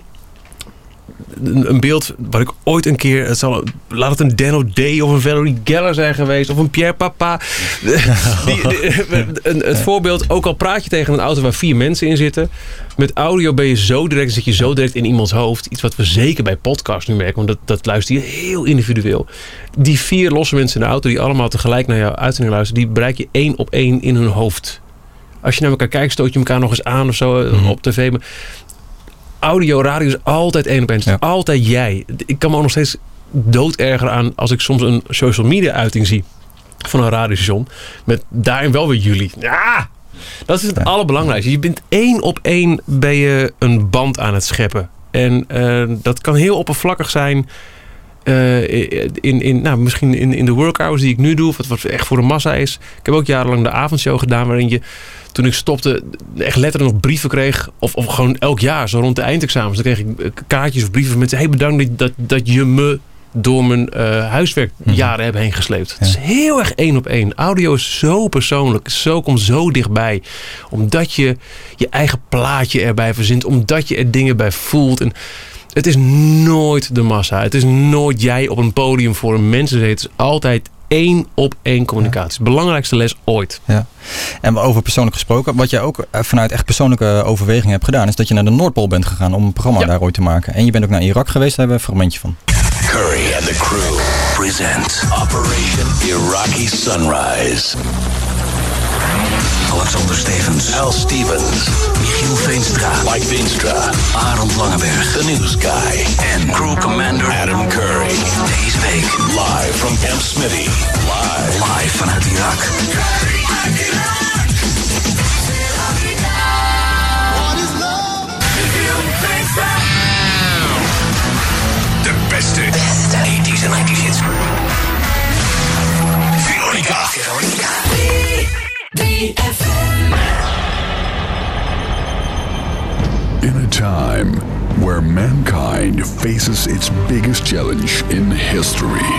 Een beeld wat ik ooit een keer... Het zal, laat het een Dano Day of een Valerie Geller zijn geweest. Of een Pierre Papa. Die, die, een, het voorbeeld, ook al praat je tegen een auto waar vier mensen in zitten. Met audio ben je zo direct, zit je zo direct in iemands hoofd. Iets wat we zeker bij podcasts nu merken. Want dat, dat luister je heel individueel. Die vier losse mensen in de auto die allemaal tegelijk naar jouw uitzending luisteren. Die bereik je één op één in hun hoofd. Als je naar elkaar kijkt, stoot je elkaar nog eens aan of zo mm-hmm. op tv. Maar audio, radio is altijd één op één. Ja. Altijd jij. Ik kan me ook nog steeds dood ergeren aan als ik soms een social media uiting zie van een radiostation. Met daarin wel weer jullie. Ja, dat is het ja. allerbelangrijkste. Je bent één op één ben je een band aan het scheppen. En uh, dat kan heel oppervlakkig zijn. Uh, in, in, nou, misschien in, in de work hours die ik nu doe. Wat, wat echt voor de massa is. Ik heb ook jarenlang de avondshow gedaan. Waarin je, toen ik stopte, echt letterlijk nog brieven kreeg. Of, of gewoon elk jaar, zo rond de eindexamens. Dan kreeg ik kaartjes of brieven van mensen. Hey, bedankt dat, dat, dat je me door mijn uh, huiswerkjaren mm-hmm. hebt heen gesleept. Ja. Het is heel erg één op één. Audio is zo persoonlijk. Zo komt zo dichtbij. Omdat je je eigen plaatje erbij verzint. Omdat je er dingen bij voelt. En het is nooit de massa. Het is nooit jij op een podium voor een mensen. Het is altijd één op één communicatie. Ja. Belangrijkste les ooit. Ja. En over persoonlijk gesproken, wat jij ook vanuit echt persoonlijke overweging hebt gedaan, is dat je naar de Noordpool bent gegaan om een programma ja. daar ooit te maken. En je bent ook naar Irak geweest, daar hebben we een fragmentje van. Curry and the crew present Operation Iraqi Sunrise. Alexander Stevens. Al Stevens. Michiel Veenstra. Mike Veenstra. Arend Langeberg. The News Guy. En Crew Commander Adam Curry. Deze week live from Camp Smitty. Live. Live vanuit Irak. De beste eighties en nineties hits. Veronica. Veronica. In a time where mankind faces its biggest challenge in history,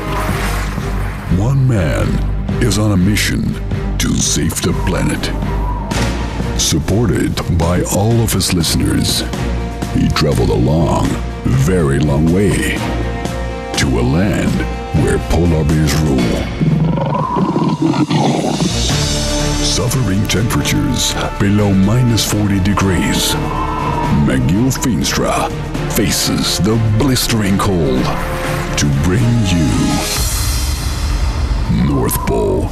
one man is on a mission to save the planet. Supported by all of his listeners, he traveled a long, very long way to a land where polar bears rule. Suffering temperatures below minus forty degrees, McGill Veenstra faces the blistering cold to bring you North Pole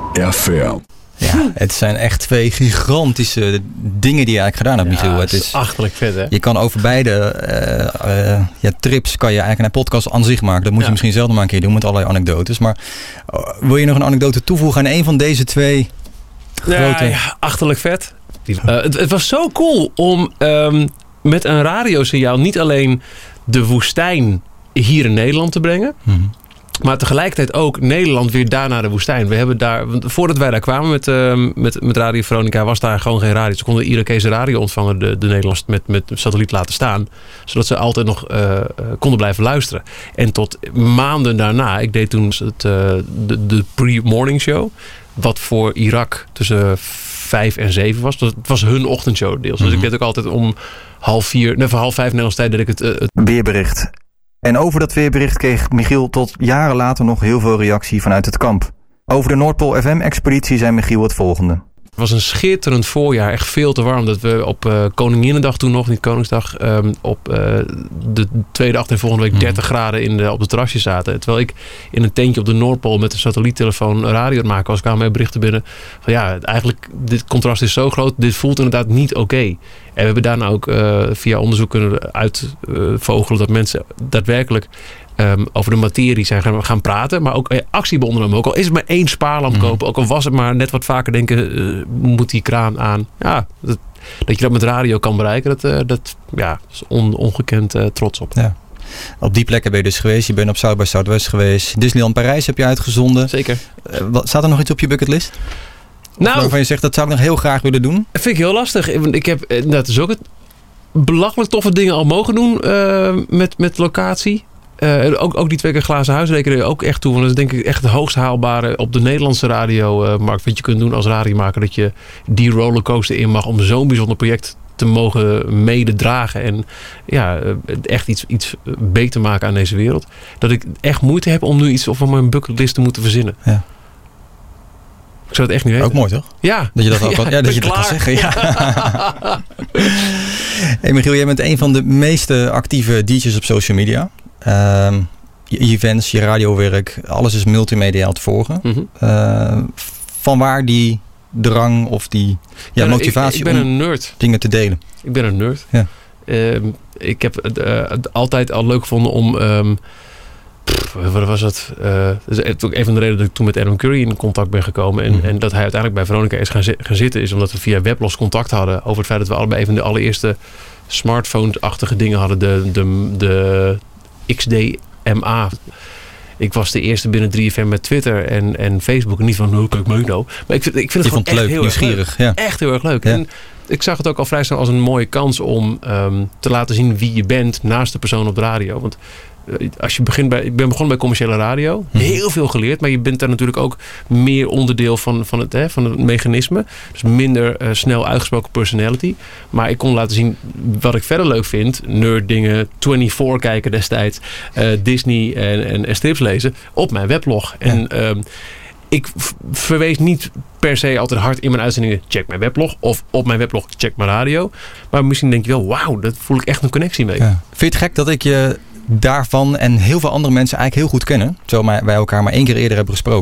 F M. Ja, het zijn echt twee gigantische dingen die je eigenlijk gedaan hebt, Michiel. Ja, het is achterlijk vet, hè? Je kan over beide uh, uh, ja, trips kan je eigenlijk een podcast aan zich maken. Dat moet je ja. misschien zelf nog maar een keer doen met allerlei anekdotes. Maar uh, wil je nog een anekdote toevoegen aan een van deze twee grote... Ja, ja, achterlijk vet. Uh, het, het was zo cool om um, met een radiosignaal niet alleen de woestijn hier in Nederland te brengen... Mm-hmm. Maar tegelijkertijd ook Nederland weer daar naar de woestijn. We hebben daar, voordat wij daar kwamen met, uh, met, met Radio Veronica, was daar gewoon geen radio. Ze konden de Irakese radio ontvangen, de, de Nederlandse met, met satelliet laten staan. Zodat ze altijd nog uh, konden blijven luisteren. En tot maanden daarna, ik deed toen het, uh, de, de pre-morning show. Wat voor Irak tussen vijf en zeven was. Het was hun ochtendshow deels. Mm-hmm. Dus ik deed ook altijd om half vier, nee, voor half vijf Nederlandse tijd deed ik het... Uh, het weerbericht. En over dat weerbericht kreeg Michiel tot jaren later nog heel veel reactie vanuit het kamp. Over de Noordpool F M-expeditie zei Michiel het volgende. Het was een schitterend voorjaar, echt veel te warm. Dat we op uh, Koninginnedag toen nog, niet Koningsdag, um, op uh, de tweede acht en volgende week dertig graden in de, op de terrasje zaten. Terwijl ik in een tentje op de Noordpool met een satelliettelefoon radio aan het maken was, kwamen mij berichten binnen van ja, eigenlijk, dit contrast is zo groot, dit voelt inderdaad niet oké. Okay. En we hebben daarna ook uh, via onderzoek kunnen uitvogelen dat mensen daadwerkelijk Um, over de materie zijn gaan, gaan praten. Maar ook eh, actie ondernemen. Ook al is het maar één spaarlamp mm. kopen. Ook al was het maar net wat vaker denken. Uh, moet die kraan aan. Ja, dat, dat je dat met radio kan bereiken. Dat, uh, dat ja, is on, ongekend uh, trots op. Ja. Op die plekken ben je dus geweest. Je bent op South by Southwest geweest. Disneyland Parijs heb je uitgezonden. Zeker. Uh, wat, staat er nog iets op je bucketlist? Nou, waarvan je zegt dat zou ik nog heel graag willen doen? Dat vind ik heel lastig. Ik heb, dat is ook het belachelijk toffe dingen al mogen doen. Uh, met, met locatie. Uh, ook, ook die twee keer glazen huis rekenen ook echt toe. Want dat is denk ik echt het hoogst haalbare op de Nederlandse radiomarkt. Wat je kunt doen als radiomaker. Dat je die rollercoaster in mag om zo'n bijzonder project te mogen mededragen. En ja, echt iets, iets beter maken aan deze wereld. Dat ik echt moeite heb om nu iets op mijn bucketlist te moeten verzinnen. Ja. Ik zou het echt niet weten. Ook mooi, toch? Ja. Dat je dat, ook ja, al, ja, dat, je dat kan zeggen. Ja. Hey Michiel, jij bent een van de meeste actieve D J's op social media. Uh, je events, je radiowerk, alles is multimediaal te volgen. Mm-hmm. Uh, vanwaar die drang of die ja, ja, motivatie ik, ik ben om een nerd. dingen te delen? Ik ben een nerd. Ja. Uh, ik heb het uh, altijd al leuk gevonden om... Um, pff, wat was het? Uh, dat is ook een van de redenen dat ik toen met Adam Curry in contact ben gekomen. En, mm. en dat hij uiteindelijk bij Veronica is gaan, zi- gaan zitten. Is omdat we via Weblos contact hadden. Over het feit dat we allebei even de allereerste smartphone-achtige dingen hadden. De... de, de X D M A. Ik was de eerste binnen drie F M met Twitter en, en Facebook. En niet van, hoe kijk me nou. Maar ik vind, ik vind het gewoon echt leuk, heel nieuwsgierig, erg leuk. Ja. Echt heel erg leuk. Ja. En ik zag het ook al vrij snel als een mooie kans om um, te laten zien wie je bent naast de persoon op de radio. Want uh, als je begint bij, ik ben begonnen bij commerciële radio. Hmm. Heel veel geleerd. Maar je bent daar natuurlijk ook meer onderdeel van, van, het, hè, van het mechanisme. Dus minder uh, snel uitgesproken personality. Maar ik kon laten zien wat ik verder leuk vind. Nerd dingen, vierentwintig kijken destijds. Uh, Disney en, en, en strips lezen. Op mijn weblog. Ja. En um, ik v- verwees niet per se altijd hard in mijn uitzendingen. Check mijn weblog. Of op mijn weblog check mijn radio. Maar misschien denk je wel, wauw, dat voel ik echt een connectie mee. Ja. Vind je het gek dat ik je daarvan en heel veel andere mensen eigenlijk heel goed kennen? Terwijl wij elkaar maar één keer eerder hebben gesproken.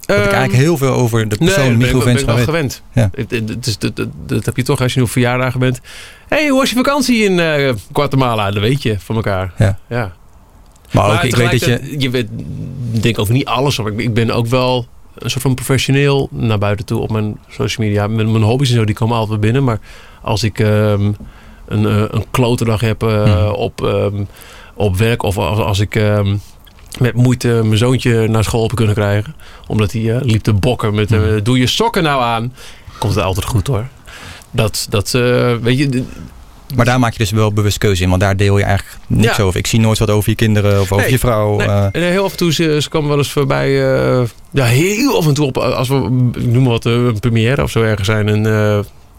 Dat ik eigenlijk heel veel over de persoon nee, Michiel Veenstra ben ik weet. gewend. Ja. Het, het, het is, dat, dat, dat heb je toch als je nu op verjaardagen bent. Hé, hey, hoe was je vakantie in uh, Guatemala? Dat weet je van elkaar. Ja. ja. Maar, maar ook, ik weet dat je... Je weet, denk over niet alles. Maar ik, ik ben ook wel een soort van professioneel naar buiten toe op mijn social media. Mijn, mijn hobby's en zo, die komen altijd weer binnen. Maar als ik um, een, uh, een klote dag heb uh, hmm. op, um, op werk of als, als ik... Um, met moeite mijn zoontje naar school op kunnen krijgen. Omdat hij uh, liep te bokken met... Uh, doe je sokken nou aan. Komt het altijd goed hoor. Dat, dat uh, weet je... Maar daar maak je dus wel bewust keuze in. Want daar deel je eigenlijk niks ja. over. Ik zie nooit wat over je kinderen of over nee, je vrouw. Nee. Uh. En heel af en toe, ze, ze komen wel eens voorbij... Uh, ja, heel af en toe op... Als we, ik noem maar wat, uh, een première of zo ergens zijn. En, uh,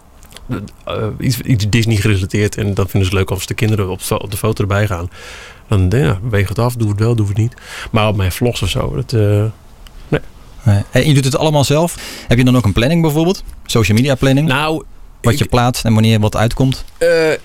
uh, iets, iets Disney gerelateerd. En dan vinden ze leuk als de kinderen op, op de foto erbij gaan. Dan ja, weeg het af, doe het wel, doe het niet. Maar op mijn vlogs of zo, dat... Uh, nee. nee. En je doet het allemaal zelf. Heb je dan ook een planning bijvoorbeeld? Social media planning? Nou... Wat je ik, plaatst en wanneer wat uitkomt? Uh,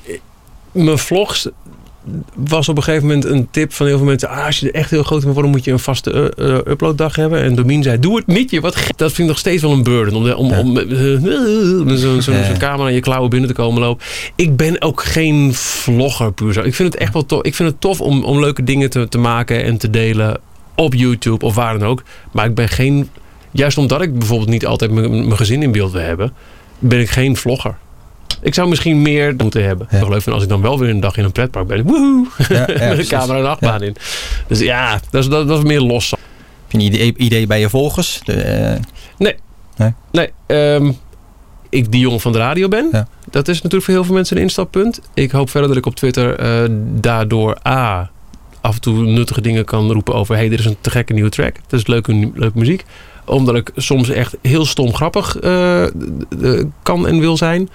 mijn vlogs was op een gegeven moment een tip van heel veel mensen. Ah, als je er echt heel groot in wil worden, moet je een vaste uh, uh, uploaddag hebben. En Domien zei, doe het niet. Je, wat gek. Dat vind ik nog steeds wel een burden. Om, de, om, ja. om uh, met zo'n zo, zo camera aan je klauwen binnen te komen lopen. Ik ben ook geen vlogger puur zo. Ik vind het echt wel tof. Ik vind het tof om, om leuke dingen te, te maken en te delen op YouTube of waar dan ook. Maar ik ben geen... Juist omdat ik bijvoorbeeld niet altijd mijn gezin in beeld wil hebben... ben ik geen vlogger. Ik zou misschien meer moeten hebben. Ja. Toch leuk vind als ik dan wel weer een dag in een pretpark ben. Woehoe! Ja, ja, met een camera en een achtbaan ja. in. Dus ja, dat is, dat, dat is meer los. Heb je een idee, idee bij je volgers? De, uh... Nee. Nee? Nee. Um, ik die jongen van de radio ben. Ja. Dat is natuurlijk voor heel veel mensen een instappunt. Ik hoop verder dat ik op Twitter uh, daardoor A... af en toe nuttige dingen kan roepen over... hé, hey, dit is een te gekke nieuwe track. Dat is leuke, leuke muziek. Omdat ik soms echt heel stom grappig uh, uh, kan en wil zijn.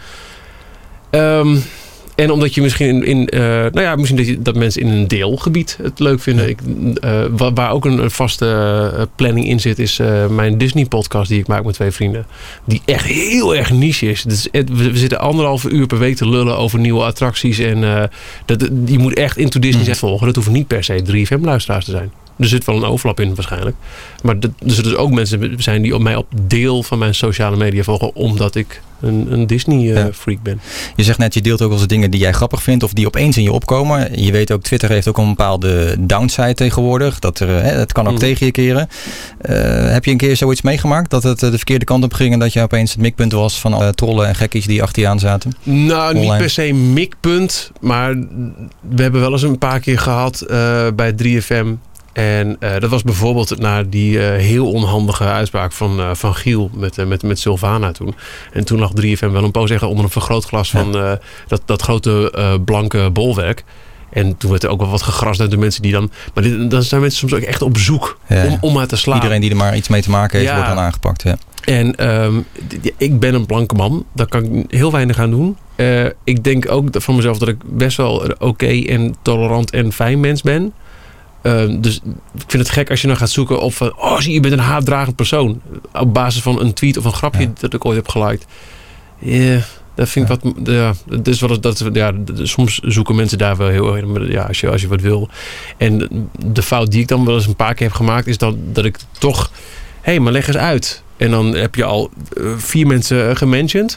Um, en omdat je misschien in... in uh, nou ja, misschien dat, je, dat mensen in een deelgebied het leuk vinden. Ik, uh, waar, waar ook een, een vaste uh, planning in zit... is uh, mijn Disney podcast die ik maak met twee vrienden. Die echt heel erg niche is. Dus we, we zitten anderhalve uur per week te lullen over nieuwe attracties. En uh, dat, je moet echt Into Disney zijn volgen. Dat hoeven niet per se drie F M-luisteraars te zijn. Er zit wel een overlap in waarschijnlijk. Maar er zullen dus ook mensen zijn die op mij op deel van mijn sociale media volgen. Omdat ik een, een Disney-freak uh, ben. Je zegt net, je deelt ook wel eens dingen die jij grappig vindt. Of die opeens in je opkomen. Je weet ook, Twitter heeft ook een bepaalde downside tegenwoordig. Dat er, hè, het kan ook mm. tegen je keren. Uh, heb je een keer zoiets meegemaakt? Dat het de verkeerde kant op ging. En dat je opeens het mikpunt was van alle trollen en gekkies die achter je aan zaten? Nou, online. Niet per se mikpunt. Maar we hebben wel eens een paar keer gehad uh, bij drie F M. En uh, dat was bijvoorbeeld naar die uh, heel onhandige uitspraak van, uh, van Giel met, uh, met, met Sylvana toen. En toen lag drie F M wel een poos echt onder een vergrootglas van uh, dat, dat grote uh, blanke bolwerk. En toen werd er ook wel wat gegrast uit de mensen die dan... Maar dit, dan zijn mensen soms ook echt op zoek ja. om, om maar te slaan. Iedereen die er maar iets mee te maken heeft, ja. wordt dan aangepakt. Ja. En um, ik ben een blanke man. Daar kan ik heel weinig aan doen. Uh, ik denk ook van mezelf dat ik best wel oké okay en tolerant en fijn mens ben. Uh, dus ik vind het gek als je dan gaat zoeken op van... oh, zie je bent een haatdragend persoon. Op basis van een tweet of een grapje ja. dat ik ooit heb geliked. Ja, yeah, dat vind ik ja. wat... Ja, dat is wel, dat, ja, soms zoeken mensen daar wel heel erg... Ja, als je, als je wat wil. En de fout die ik dan wel eens een paar keer heb gemaakt... is dat, dat ik toch... hé, hey, maar leg eens uit. En dan heb je al uh, vier mensen gementiond.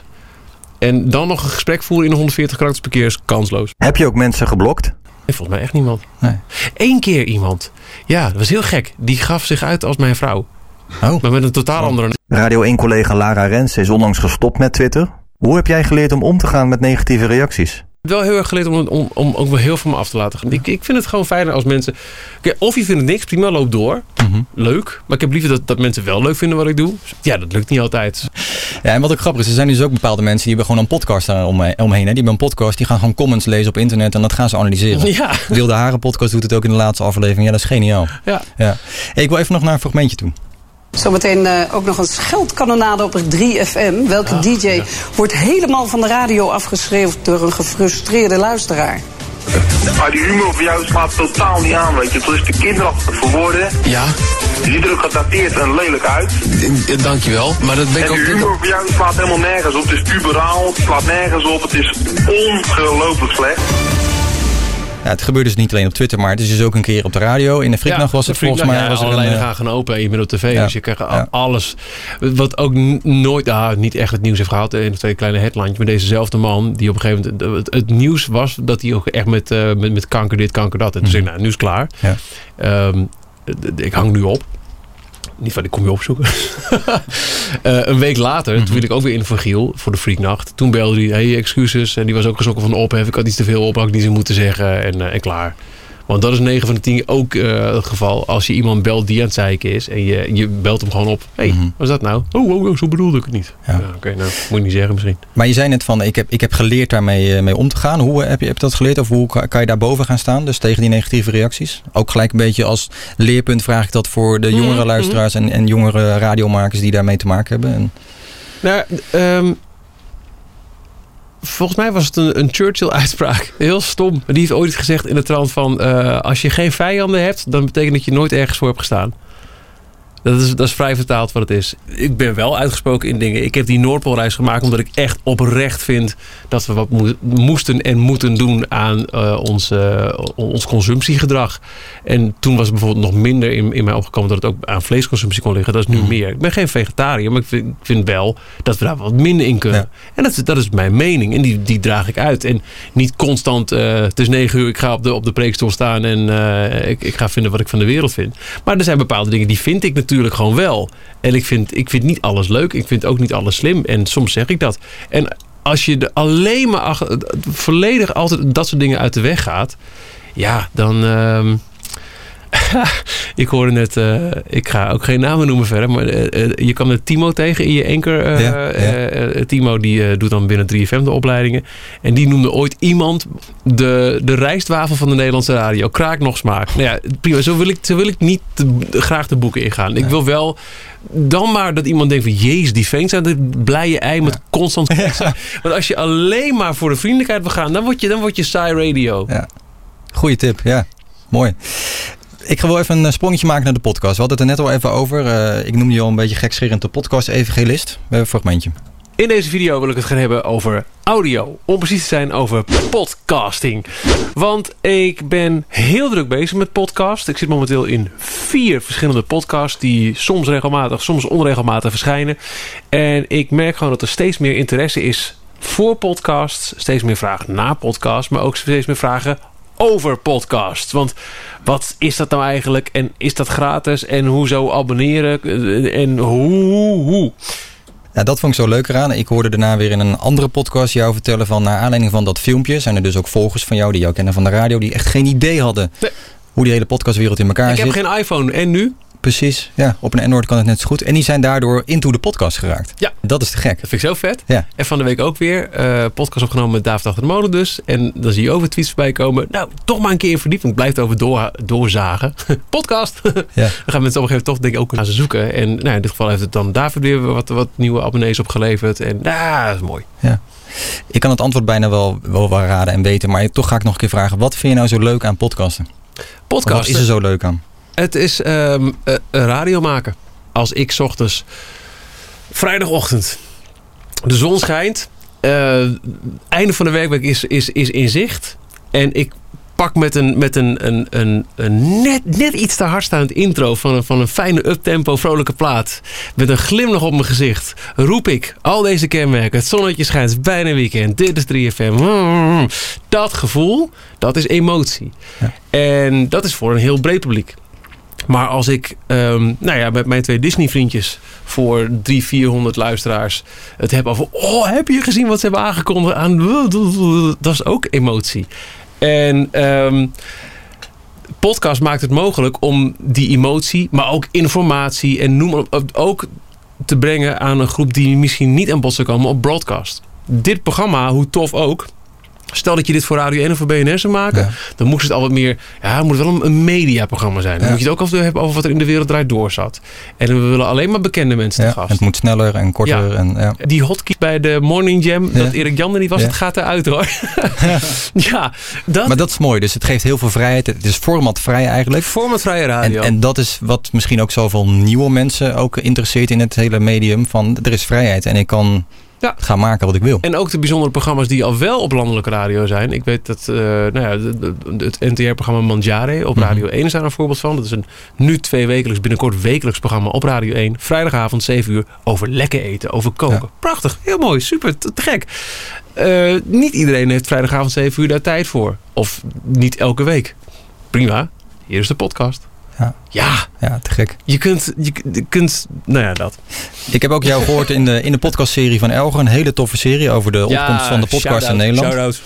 En dan nog een gesprek voeren in honderdveertig karakters per keer is kansloos. Heb je ook mensen geblokt? Nee, volgens mij echt niemand. Nee. Eén keer iemand. Ja, dat was heel gek. Die gaf zich uit als mijn vrouw. Oh. Maar met een totaal oh. andere... Radio één-collega Lara Rens is onlangs gestopt met Twitter. Hoe heb jij geleerd om om te gaan met negatieve reacties? Wel heel erg geleerd om, om, om ook wel heel veel me af te laten gaan. Ik, ik vind het gewoon fijner als mensen... Okay, of je vindt het niks, prima, loop door. Mm-hmm. Leuk. Maar ik heb liever dat, dat mensen wel leuk vinden wat ik doe. Ja, dat lukt niet altijd. Ja, en wat ook grappig is, er zijn dus ook bepaalde mensen... die hebben gewoon een podcast omheen. Hè? Die hebben een podcast, die gaan gewoon comments lezen op internet... en dat gaan ze analyseren. Ja. Wilde Haren podcast doet het ook in de laatste aflevering. Ja, dat is geniaal. Ja. Ja. Hey, ik wil even nog naar een fragmentje toe. Zometeen uh, ook nog een scheldkanonade op drie F M. Welke ja, D J ja. wordt helemaal van de radio afgeschreven door een gefrustreerde luisteraar? Maar die humor voor jou slaat totaal niet aan, weet je. Het is te kinderachtig voor woorden. Ja. Je ziet er ook gedateerd en lelijk uit. D- dankjewel. Maar dat ben ik en ook... die humor voor jou slaat helemaal nergens op. Het is puberaal, het slaat nergens op. Het is ongelooflijk slecht. Ja, het gebeurde dus niet alleen op Twitter, maar het is dus ook een keer op de radio. In de Frieknacht ja, was het volgens mij. Ja, was er allerlei een, gaan gaan open en je bent op tv. Ja, dus je krijgt ja. alles. Wat ook n- nooit, ah, niet echt het nieuws heeft gehad. In twee kleine headlines. Maar dezezelfde man, die op een gegeven moment... Het, het nieuws was dat hij ook echt met, uh, met, met kanker dit, kanker dat. En toen mm-hmm. zei ik, nou, nu is het klaar. Ja. Um, ik hang nu op. Niet van, ik kom je opzoeken. uh, een week later, mm-hmm. toen viel ik ook weer in voor Giel, voor de Freaknacht. Toen belde hij, hey, excuses. En die was ook geschrokken van de ophef. Ik had iets te veel op, had ik niet zo moeten zeggen. En, uh, en klaar. Want dat is negen van de tien ook uh, het geval. Als je iemand belt die aan het zeiken is. En je, je belt hem gewoon op. Hé, hey, mm-hmm. wat is dat nou? Oh, oh, oh, zo bedoelde ik het niet. Ja. Ja, Oké, okay, nou, moet je niet zeggen misschien. Maar je zei net van, ik heb, ik heb geleerd daarmee mee om te gaan. Hoe heb je, heb je dat geleerd? Of hoe kan je daarboven gaan staan? Dus tegen die negatieve reacties? Ook gelijk een beetje als leerpunt vraag ik dat voor de jongere mm-hmm. luisteraars. En, en jongere radiomakers die daarmee te maken hebben. En... Nou, um... volgens mij was het een, een Churchill-uitspraak. Heel stom. Die heeft ooit gezegd in de trant van... Uh, als je geen vijanden hebt, dan betekent dat je nooit ergens voor hebt gestaan. Dat is, dat is vrij vertaald wat het is. Ik ben wel uitgesproken in dingen. Ik heb die Noordpoolreis gemaakt omdat ik echt oprecht vind... dat we wat mo- moesten en moeten doen aan uh, ons, uh, ons consumptiegedrag. En toen was het bijvoorbeeld nog minder in, in mij opgekomen... dat het ook aan vleesconsumptie kon liggen. Dat is nu mm. meer. Ik ben geen vegetariër, maar ik vind, ik vind wel... dat we daar wat minder in kunnen. Ja. En dat, dat is mijn mening. En die, die draag ik uit. En niet constant... Uh, het is negen uur, ik ga op de, op de preekstoel staan... en uh, ik, ik ga vinden wat ik van de wereld vind. Maar er zijn bepaalde dingen die vind ik natuurlijk... Natuurlijk gewoon wel. En ik vind, ik vind niet alles leuk. Ik vind ook niet alles slim. En soms zeg ik dat. En als je er alleen maar achter, volledig altijd dat soort dingen uit de weg gaat. Ja, dan... Uh, ik hoorde net... Uh, ik ga ook geen namen noemen verder. Maar uh, uh, je kwam net Timo tegen in je anchor. Uh, ja, ja. Uh, uh, Timo die uh, doet dan binnen drie F M de opleidingen. En die noemde ooit iemand de, de rijstwafel van de Nederlandse radio. Kraak nog smaak. Nou ja, prima. Zo wil ik, zo wil ik niet te, graag de boeken ingaan. Ik wil wel... Dan maar dat iemand denkt van... Jezus, die vent zijn het blije ei met ja. constant... Ja. Want als je alleen maar voor de vriendelijkheid wil gaan... Dan word je, dan word je saai radio. Ja. Goeie tip, ja. Mooi. Ik ga wel even een sprongetje maken naar de podcast. We hadden het er net al even over. Uh, ik noemde je al een beetje gekscherend de podcast-evangelist. We hebben een fragmentje. In deze video wil ik het gaan hebben over audio. Om precies te zijn over podcasting. Want ik ben heel druk bezig met podcast. Ik zit momenteel in vier verschillende podcasts... die soms regelmatig, soms onregelmatig verschijnen. En ik merk gewoon dat er steeds meer interesse is voor podcasts. Steeds meer vragen naar podcasts. Maar ook steeds meer vragen over podcasts. Want wat is dat nou eigenlijk? En is dat gratis? En hoezo abonneren? En hoe, hoe? Nou, dat vond ik zo leuk eraan. Ik hoorde daarna weer in een andere podcast jou vertellen van... naar aanleiding van dat filmpje... zijn er dus ook volgers van jou die jou kennen van de radio... die echt geen idee hadden nee. hoe die hele podcastwereld in elkaar ik zit. Ik heb geen iPhone. En nu? Precies, ja. Op een Android kan het net zo goed. En die zijn daardoor into de podcast geraakt. Ja. Dat is te gek. Dat vind ik zo vet. Ja. En van de week ook weer uh, podcast opgenomen met David Achter de Molen dus. En dan zie je over tweets voorbij komen. Nou, toch maar een keer verdiept. Want het blijft over door, doorzagen. Podcast. Ja. Dan gaan mensen op een gegeven moment toch denk ik ook gaan ze zoeken. En nou, in dit geval heeft het dan David weer wat, wat nieuwe abonnees opgeleverd. En nou, dat is mooi. Ja. Ik kan het antwoord bijna wel, wel, wel raden en weten. Maar toch ga ik nog een keer vragen. Wat vind je nou zo leuk aan podcasten? Podcasten? Wat is er zo leuk aan? Het is um, uh, radio maken. Als ik 's ochtends, vrijdagochtend, de zon schijnt. Uh, einde van de werkweek is, is, is in zicht. En ik pak met een, met een, een, een, een net, net iets te hardstaand intro van een, van een fijne uptempo vrolijke plaat. Met een glimlach op mijn gezicht. Roep ik al deze kenmerken. Het zonnetje schijnt, het is bijna weekend. Dit is drie F M. Dat gevoel, dat is emotie. Ja. En dat is voor een heel breed publiek. Maar als ik um, nou ja, met mijn twee Disney vriendjes voor driehonderd, vierhonderd luisteraars het heb over... Oh, heb je gezien wat ze hebben aangekondigd aan... Dat is ook emotie. En um, podcast maakt het mogelijk om die emotie, maar ook informatie en noem maar op, ook te brengen aan een groep die misschien niet aan bod zou komen op broadcast. Dit programma, hoe tof ook... Stel dat je dit voor Radio één of voor B N R zou maken... Ja. dan moest het al wat meer... Ja, het moet wel een, een mediaprogramma zijn. Dan ja. moet je het ook af en toe hebben over wat er in de wereld draait door zat. En we willen alleen maar bekende mensen ja, te gast. Het moet sneller en korter. Ja. En, ja. Die hotkey bij de Morning Jam... Ja. dat Erik Jan er niet was, ja. het gaat eruit hoor. Ja. ja, dat... Maar dat is mooi. Dus het geeft heel veel vrijheid. Het is formatvrij eigenlijk. Formatvrije radio. En, en dat is wat misschien ook zoveel nieuwe mensen ook interesseert in het hele medium. Van er is vrijheid. En ik kan... Ja. Ga maken wat ik wil. En ook de bijzondere programma's die al wel op landelijke radio zijn. Ik weet dat uh, nou ja, de, de, het N T R-programma Mangiare op Radio mm-hmm. één is daar een voorbeeld van. Dat is een nu twee wekelijks, binnenkort wekelijks programma op Radio één. Vrijdagavond zeven uur over lekker eten, over koken. Ja. Prachtig, heel mooi, super, te, te gek. Uh, niet iedereen heeft vrijdagavond zeven uur daar tijd voor. Of niet elke week. Prima, hier is de podcast. Ja. Ja. Ja, te gek. Je kunt, je, je kunt, nou ja, dat. Ik heb ook jou gehoord in de, in de podcastserie van Elger. Een hele toffe serie over de opkomst ja, van de podcast in Nederland. Shout-out.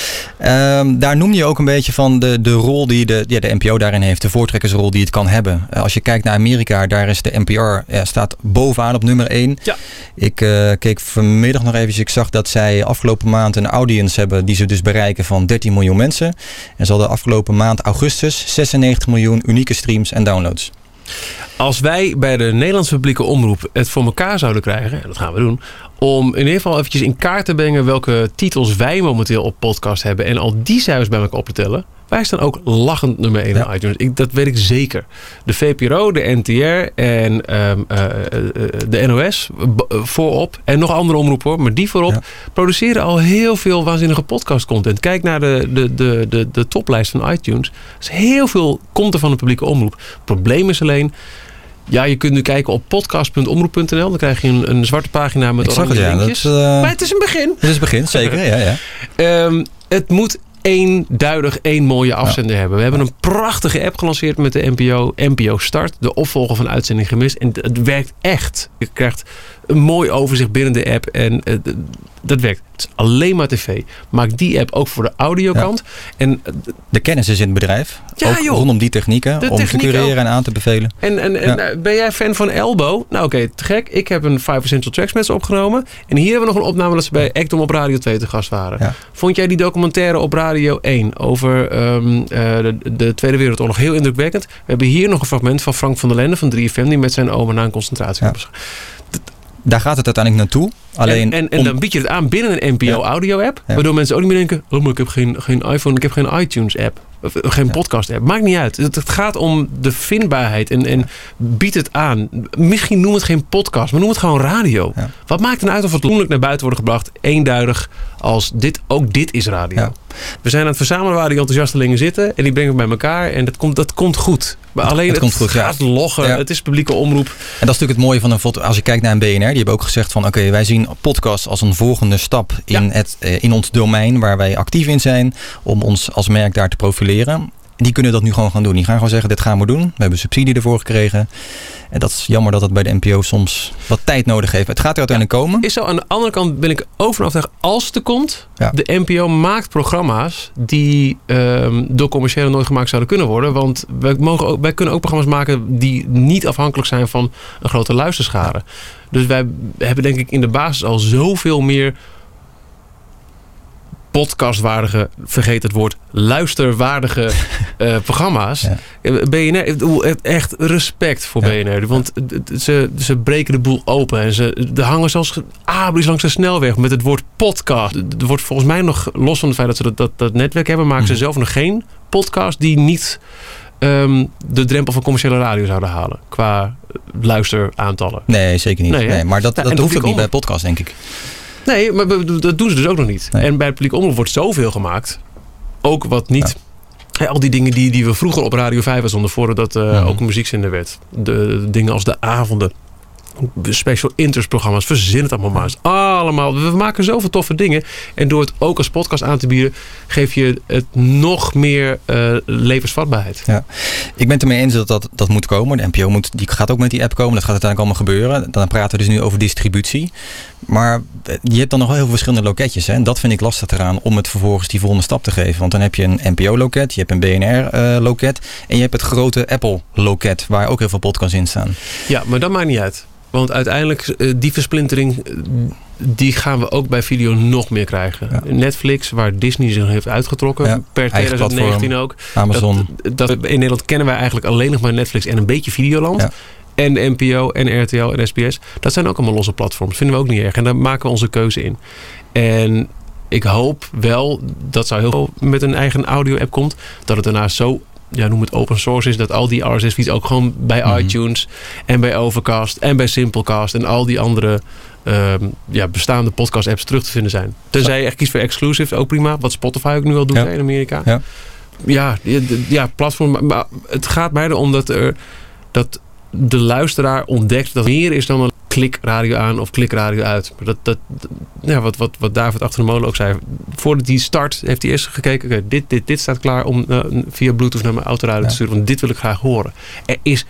Um, daar noem je ook een beetje van de, de rol die de, ja, de N P O daarin heeft. De voortrekkersrol die het kan hebben. Uh, als je kijkt naar Amerika, daar is de N P R ja, staat bovenaan op nummer één. Ja. Ik uh, keek vanmiddag nog even. Ik zag dat zij afgelopen maand een audience hebben die ze dus bereiken van dertien miljoen mensen. En ze hadden afgelopen maand augustus zesennegentig miljoen unieke streams en downloads. Als wij bij de Nederlandse publieke omroep het voor elkaar zouden krijgen, en dat gaan we doen, om in ieder geval eventjes in kaart te brengen welke titels wij momenteel op podcast hebben en al die cijfers bij elkaar op te tellen, wij staan ook lachend nummer één ja. in iTunes. Ik, dat weet ik zeker. De V P R O, de N T R en um, uh, uh, de N O S b- voorop. En nog andere omroepen hoor, maar die voorop ja. produceren al heel veel waanzinnige podcastcontent. Kijk naar de, de, de, de, de toplijst van iTunes. Dus heel veel komt er van de publieke omroep. Het probleem is alleen, ja, je kunt nu kijken op podcast punt omroep punt n l. Dan krijg je een, een zwarte pagina met oranje ja, linkjes. Dat, uh... Maar het is een begin. Het is een begin, zeker. ja, ja. Um, het moet eenduidig één mooie afzender ja. hebben. We hebben een prachtige app gelanceerd met de N P O. N P O Start, de opvolger van Uitzending Gemist. En het werkt echt. Je krijgt een mooi overzicht binnen de app. En uh, dat werkt. Het is alleen maar tv. Maak die app ook voor de audiokant. Ja. En, uh, de kennis is in het bedrijf. Ja, ook joh. rondom die technieken. De om techniek te cureren ook. en aan te bevelen. En, en, en ja. ben jij fan van Elbow? Nou oké, okay, te gek. Ik heb een Five Essential Tracks met ze opgenomen. En hier hebben we nog een opname dat ze bij Actom op Radio twee te gast waren. Ja. Vond jij die documentaire op Radio één over um, uh, de, de Tweede Wereldoorlog heel indrukwekkend? We hebben hier nog een fragment van Frank van der Lende van drie F M die met zijn oma naar een concentratiekamp is. Ja. Daar gaat het uiteindelijk naartoe. Alleen en en, en om... dan bied je het aan binnen een N P O ja. audio-app. Ja. Waardoor mensen ook niet meer denken, oh, maar ik heb geen, geen iPhone, ik heb geen iTunes-app. Of geen ja. podcast-app. Maakt niet uit. Het, het gaat om de vindbaarheid. En, en bied het aan. Misschien noem het geen podcast, maar noem het gewoon radio. Ja. Wat maakt het nou uit of het loonlijk naar buiten wordt gebracht? Eenduidig als dit, ook dit is radio. Ja. We zijn aan het verzamelen waar die enthousiastelingen zitten. En die brengen we bij elkaar. En dat komt, dat komt goed. Maar alleen het, het komt goed, gaat ja. loggen. Ja. Het is publieke omroep. En dat is natuurlijk het mooie van een foto. Als je kijkt naar een B N R. Die hebben ook gezegd van oké, okay, wij zien podcast als een volgende stap in, ja. het, in ons domein waar wij actief in zijn. Om ons als merk daar te profileren. Die kunnen dat nu gewoon gaan doen. Die gaan gewoon zeggen, dit gaan we doen. We hebben subsidie ervoor gekregen. En dat is jammer dat het bij de N P O soms wat tijd nodig heeft. Het gaat er uiteindelijk ja, komen. Is zo. Aan de andere kant ben ik over en overtuigd, als het er komt. Ja. De N P O maakt programma's die um, door commerciële nooit gemaakt zouden kunnen worden. Want wij, mogen ook, wij kunnen ook programma's maken die niet afhankelijk zijn van een grote luisterschade. Ja. Dus wij hebben denk ik in de basis al zoveel meer podcastwaardige, vergeet het woord, luisterwaardige uh, programma's. Ja. B N R, ik bedoel, echt respect voor ja. B N R. Want ze, ze breken de boel open. En ze er hangen zelfs abris langs de snelweg met het woord podcast. Er wordt volgens mij nog, los van het feit dat ze dat, dat, dat netwerk hebben, maken mm-hmm. ze zelf nog geen podcast die niet um, de drempel van commerciële radio zouden halen. Qua luisteraantallen. Nee, zeker niet. Nee, nee, maar dat, nou, dat hoeft ook niet bij podcast, denk ik. Nee, maar dat doen ze dus ook nog niet. Nee. En bij het publiek omroep wordt zoveel gemaakt. Ook wat niet. Ja. Al die dingen die, die we vroeger op Radio vijf zonden voordat uh, mm. ook een muziekzender werd. De, de dingen als de avonden. Special interest programma's. Verzin het allemaal maar eens. Allemaal. We maken zoveel toffe dingen. En door het ook als podcast aan te bieden, geef je het nog meer uh, levensvatbaarheid. Ja. Ik ben het ermee eens dat, dat dat moet komen. De N P O moet, die gaat ook met die app komen. Dat gaat uiteindelijk allemaal gebeuren. Dan praten we dus nu over distributie. Maar je hebt dan nog wel heel veel verschillende loketjes. Hè? En dat vind ik lastig eraan om het vervolgens die volgende stap te geven. Want dan heb je een N P O-loket, je hebt een B N R-loket uh, en je hebt het grote Apple-loket waar ook heel veel podcasts in staan. Ja, maar dat maakt niet uit. Want uiteindelijk, uh, die versplintering, uh, die gaan we ook bij video nog meer krijgen. Ja. Netflix, waar Disney zich heeft uitgetrokken, ja, per twintig negentien ook. Amazon. Dat, dat, in Nederland kennen wij eigenlijk alleen nog maar Netflix en een beetje Videoland. Ja. En de N P O en R T L en S B S. Dat zijn ook allemaal losse platforms. Vinden we ook niet erg. En daar maken we onze keuze in. En ik hoop wel, dat zou heel veel met een eigen audio-app komt, dat het daarna zo ja, noem het open source is. Dat al die R S S feeds ook gewoon bij mm-hmm. iTunes en bij Overcast en bij Simplecast en al die andere um, ja, bestaande podcast apps terug te vinden zijn. Tenzij je echt kiest voor exclusive, ook prima. Wat Spotify ook nu al doet ja. in Amerika. Ja, ja, ja platform. Maar het gaat mij erom dat, er, dat de luisteraar ontdekt dat meer is dan een klik radio aan of klik radio uit. Maar dat, dat, ja, wat, wat, wat David achter de molen ook zei. Voordat hij start, heeft hij eerst gekeken. Okay, dit, dit, dit staat klaar om uh, via Bluetooth naar mijn autoradio ja. te sturen. Want dit wil ik graag horen. Er is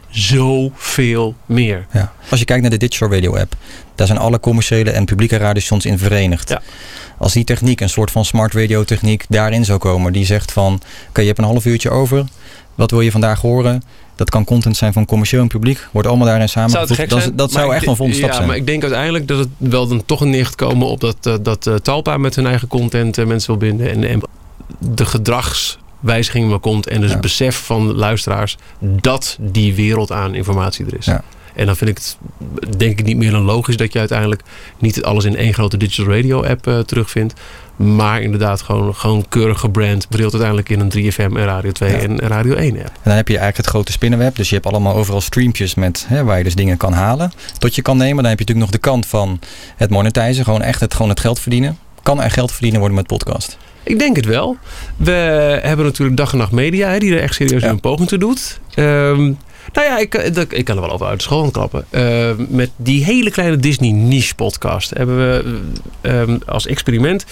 zoveel meer. Ja. Als je kijkt naar de Digital Radio app. Daar zijn alle commerciële en publieke radiostations in verenigd. Ja. Als die techniek, een soort van smart radio techniek, daarin zou komen. Die zegt van, oké, okay, je hebt een half uurtje over. Wat wil je vandaag horen? Dat kan content zijn van commercieel en publiek. Wordt allemaal daarin samengevoegd. Dat, dat zou echt een volgende stap ja, zijn. Maar ik denk uiteindelijk dat het wel dan toch neer gaat komen op dat, uh, dat uh, Talpa met hun eigen content uh, mensen wil binden. En, en de gedragswijziging maar komt. En dus ja. het besef van luisteraars dat die wereld aan informatie er is. Ja. En dan vind ik het, denk ik, niet meer dan logisch dat je uiteindelijk niet alles in één grote digital radio app uh, terugvindt. Maar inderdaad gewoon, gewoon keurig gebrand. Brilt uiteindelijk in een drie F M en Radio twee ja. en Radio één app. En dan heb je eigenlijk het grote spinnenweb. Dus je hebt allemaal overal streampjes met, hè, waar je dus dingen kan halen. Tot je kan nemen. Dan heb je natuurlijk nog de kant van het monetizen. Gewoon echt het, gewoon het geld verdienen. Kan er geld verdienen worden met podcast? Ik denk het wel. We hebben natuurlijk Dag en Nacht Media. Hè, die er echt serieus ja. een poging toe doet. Um, Nou ja, ik, ik kan er wel over uit de school aan klappen. Uh, met die hele kleine Disney niche podcast hebben we um, als experiment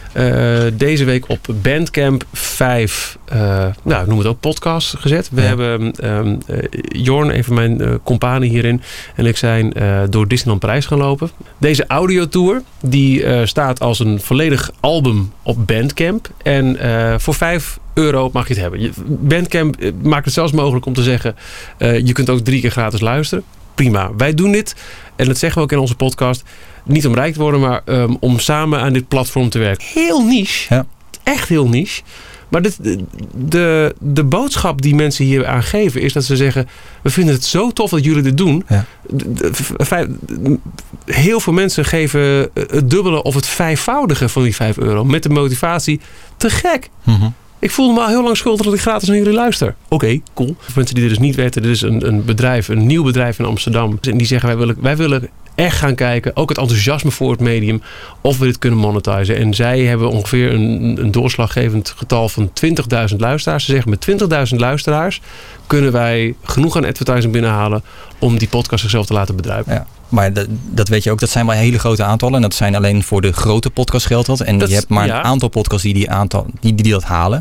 uh, deze week op Bandcamp vijf, uh, nou, noem het ook podcast gezet. We ja. hebben um, uh, Jorn, een van mijn uh, companen hierin, en ik zijn uh, door Disneyland Parijs gaan lopen. Deze audiotour die uh, staat als een volledig album op Bandcamp. En uh, voor vijf euro mag je het hebben. Bandcamp maakt het zelfs mogelijk om te zeggen, uh, je kunt ook drie keer gratis luisteren. Prima. Wij doen dit, en dat zeggen we ook in onze podcast, niet om rijk te worden, maar um, om samen aan dit platform te werken. Heel niche. Ja. Echt heel niche. Maar dit, de, de, de boodschap die mensen hier aangeven is dat ze zeggen, we vinden het zo tof dat jullie dit doen. Ja. De, de, de, heel veel mensen geven het dubbele of het vijfvoudige van die vijf euro. Met de motivatie, te gek. Mm-hmm. Ik voelde me al heel lang schuldig dat ik gratis naar jullie luister. Oké, okay, cool. Voor mensen die er dus niet weten, dit is een, een bedrijf, een nieuw bedrijf in Amsterdam. En die zeggen, wij willen, wij willen echt gaan kijken, ook het enthousiasme voor het medium, of we dit kunnen monetizen. En zij hebben ongeveer een, een doorslaggevend getal van twintigduizend luisteraars. Ze zeggen, met twintigduizend luisteraars kunnen wij genoeg aan advertising binnenhalen om die podcast zichzelf te laten bedruipen. Ja. Maar dat, dat weet je ook, dat zijn wel hele grote aantallen. En dat zijn alleen voor de grote podcast geldt dat. En dat, je hebt maar ja. een aantal podcasts die, die, aantal, die, die dat halen.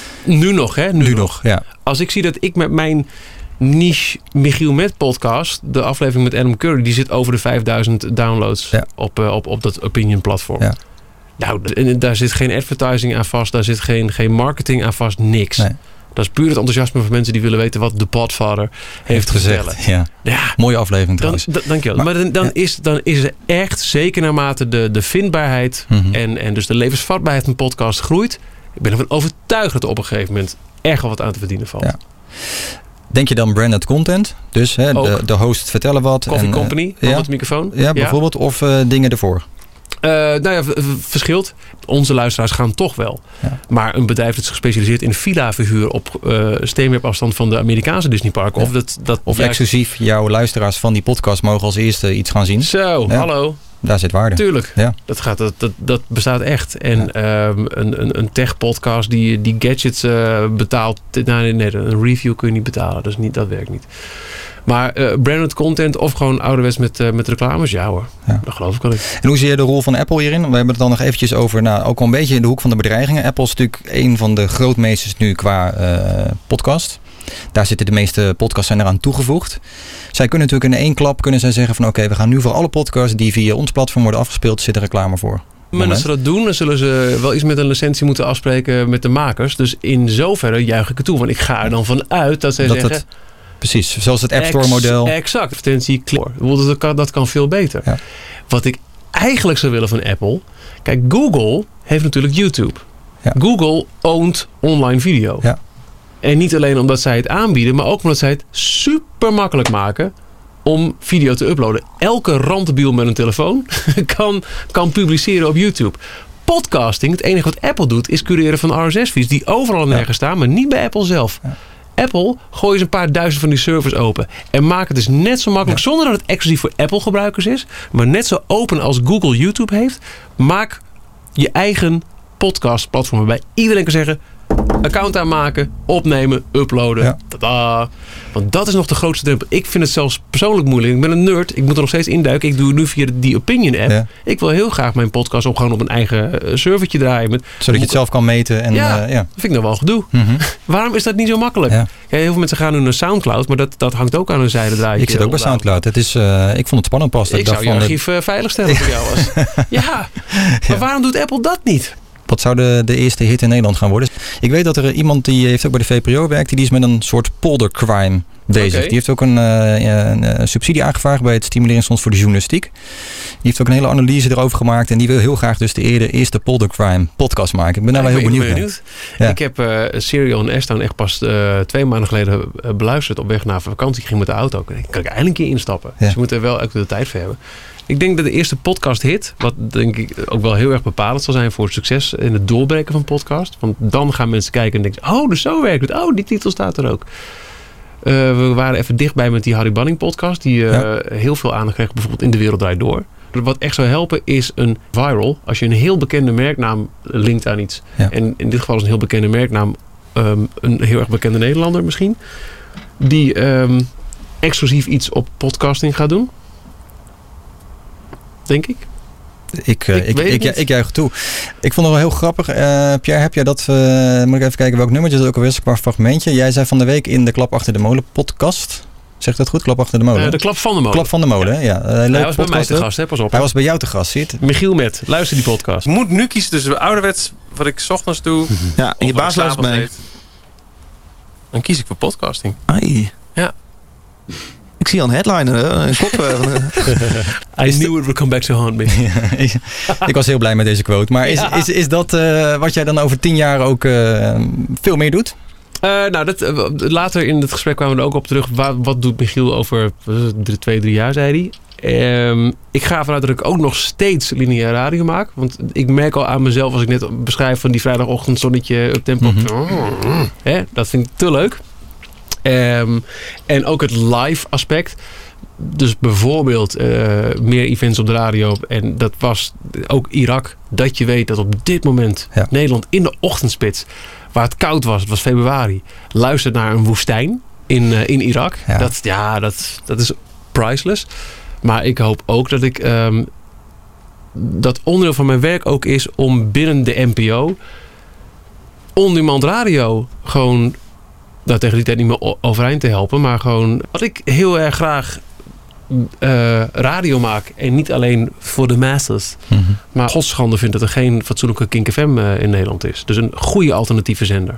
Nu nog, hè? Nu, nu nog. nog, ja. Als ik zie dat ik met mijn niche Michiel Met podcast, de aflevering met Adam Curry, die zit over de vijfduizend downloads ja. op, uh, op, op dat Opinion platform. Ja. Nou, daar zit geen advertising aan vast. Daar zit geen, geen marketing aan vast. Niks. Nee. Dat is puur het enthousiasme van mensen die willen weten wat de Podfather heeft, heeft gezegd. Ja. Ja. Mooie aflevering trouwens. Dan, dankjewel. Maar, maar dan, dan, ja. is, dan is er echt, zeker naarmate de, de vindbaarheid mm-hmm. en, en dus de levensvatbaarheid van podcast groeit. Ik ben ervan overtuigd dat er op een gegeven moment echt wel wat aan te verdienen valt. Ja. Denk je dan branded content? Dus hè, de, de host vertellen wat. Coffee en, Company, uh, ja. met microfoon. Ja, bijvoorbeeld. Ja. Of uh, dingen ervoor. Uh, nou ja, v- v- verschilt. Onze luisteraars gaan toch wel. Ja. Maar een bedrijf dat is gespecialiseerd in villa-verhuur op uh, steenwerpafstand van de Amerikaanse Disneyparken. Ja. Of, dat, dat of juist... exclusief jouw luisteraars van die podcast mogen als eerste iets gaan zien. Zo, ja. Hallo. Daar zit waarde. Tuurlijk. Ja. Dat, gaat, dat, dat, dat bestaat echt. En ja. um, een, een, een tech-podcast die, die gadgets uh, betaalt. Nou, nee, een review kun je niet betalen. Dus niet, dat werkt niet. Maar uh, branded content of gewoon ouderwets met, uh, met reclames, ja hoor. Ja. Dat geloof ik wel. En hoe zie je de rol van Apple hierin? We hebben het dan nog eventjes over, nou, ook al een beetje in de hoek van de bedreigingen. Apple is natuurlijk een van de grootmeesters nu qua uh, podcast. Daar zitten de meeste podcasts zijn eraan toegevoegd. Zij kunnen natuurlijk in één klap kunnen zij zeggen van oké, okay, we gaan nu voor alle podcasts die via ons platform worden afgespeeld, zit er reclame voor. Maar als ze dat doen, dan zullen ze wel iets met een licentie moeten afspreken met de makers. Dus in zoverre juich ik het toe. Want ik ga er dan vanuit dat zij dat zeggen... Het, precies, zoals het App Store model. Ex, exact, advertentie, dat kan, dat kan veel beter. Ja. Wat ik eigenlijk zou willen van Apple... Kijk, Google heeft natuurlijk YouTube. Ja. Google oont online video. Ja. En niet alleen omdat zij het aanbieden, maar ook omdat zij het super makkelijk maken om video te uploaden. Elke randdebiel met een telefoon kan, kan publiceren op YouTube. Podcasting, het enige wat Apple doet, is cureren van R S S feeds die overal en nergens ja. staan, maar niet bij Apple zelf. Ja. Apple, gooi eens een paar duizend van die servers open. En maak het dus net zo makkelijk, ja. zonder dat het exclusief voor Apple gebruikers is. Maar net zo open als Google YouTube heeft. Maak je eigen podcast platform. Waarbij iedereen kan zeggen, account aanmaken, opnemen, uploaden. Ja. Tada. Want dat is nog de grootste drempel. Ik vind het zelfs persoonlijk moeilijk. Ik ben een nerd. Ik moet er nog steeds induiken. Ik doe het nu via die Opinion app. Ja. Ik wil heel graag mijn podcast op gewoon op een eigen servertje draaien. Met, Zodat je het zelf kan meten. En, ja, uh, ja, dat vind ik nou wel gedoe. Mm-hmm. Waarom is dat niet zo makkelijk? Ja. Ja, heel veel mensen gaan nu naar Soundcloud. Maar dat, dat hangt ook aan een zijde draaien. Ik zit ook bij Soundcloud. Het is, uh, ik vond het spannend pas. Ik, ik zou je archief uh, veilig stellen als ik jou was. Ja, maar ja. waarom doet Apple dat niet? Wat zou de, de eerste hit in Nederland gaan worden? Ik weet dat er iemand die heeft ook bij de V P R O werkt. Die is met een soort poldercrime bezig. Okay. Die heeft ook een, uh, een, een subsidie aangevraagd bij het Stimuleringsfonds voor de Journalistiek. Die heeft ook een hele analyse erover gemaakt. En die wil heel graag dus de eerder, eerste poldercrime podcast maken. Ik ben daar ja, wel heel benieuwd, benieuwd. Ja. Ik heb uh, Serial en S-Town echt pas uh, twee maanden geleden beluisterd op weg naar vakantie. Ik ging met de auto. En ik kan ik eindelijk een keer instappen. Ja. Dus je moet er wel ook de tijd voor hebben. Ik denk dat de eerste podcast hit, wat denk ik ook wel heel erg bepalend zal zijn voor het succes in het doorbreken van podcast. Want dan gaan mensen kijken en denken, oh, dus zo werkt het. Oh, die titel staat er ook. Uh, we waren even dichtbij met die Harry Banning podcast, die uh, ja. heel veel aandacht kreeg, bijvoorbeeld in De Wereld Draait Door. Wat echt zou helpen is een viral. Als je een heel bekende merknaam linkt aan iets. Ja. En in dit geval is een heel bekende merknaam um, een heel erg bekende Nederlander misschien. Die um, exclusief iets op podcasting gaat doen. Denk ik. Ik, uh, ik, ik, ik, ik, ik juich toe. Ik vond het wel heel grappig. Uh, Pierre, heb jij dat... Uh, moet ik even kijken welk nummertje dat ook alweer is qua fragmentje. Jij zei van de week in de Klap Achter de Molen podcast. Zeg dat goed? Klap Achter de Molen? Uh, de Klap van de Molen. Klap van de Molen, ja. ja. Uh, Hij was podcast, bij mij te gast, hè? Pas op. Hij was bij jou te gast, zie je het? Michiel Met, luister die podcast. Je moet nu kiezen tussen ouderwets, wat ik 's ochtends doe. Ja, en je baas luistert mee. Dan kies ik voor podcasting. Ai. Ja. Ik zie al een headliner, een kop. I knew it would come back to haunt me. Ja, ik was heel blij met deze quote. Maar is, ja. is, is dat uh, wat jij dan over tien jaar ook uh, veel meer doet? Uh, nou, dat, uh, later in het gesprek kwamen we er ook op terug. Wat, wat doet Michiel over uh, twee, drie jaar, zei hij. Um, ik ga vanuit dat ik ook nog steeds lineaire radio maak. Want ik merk al aan mezelf, als ik net beschrijf van die vrijdagochtend zonnetje up tempo. Mm-hmm. Hè, dat vind ik te leuk. Um, en ook het live aspect. Dus bijvoorbeeld uh, meer events op de radio. En dat was ook Irak. Dat je weet dat op dit moment ja. Nederland in de ochtendspits, waar het koud was, het was februari, luistert naar een woestijn in, uh, in Irak. Ja, dat, ja dat, dat is priceless. Maar ik hoop ook dat ik um, dat onderdeel van mijn werk ook is om binnen de N P O on-demand radio gewoon, nou, tegen die tijd niet meer overeind te helpen. Maar gewoon, wat ik heel erg graag uh, radio maak. En niet alleen voor de masses. Mm-hmm. Maar godsschande vindt dat er geen fatsoenlijke Kink F M uh, in Nederland is. Dus een goede alternatieve zender.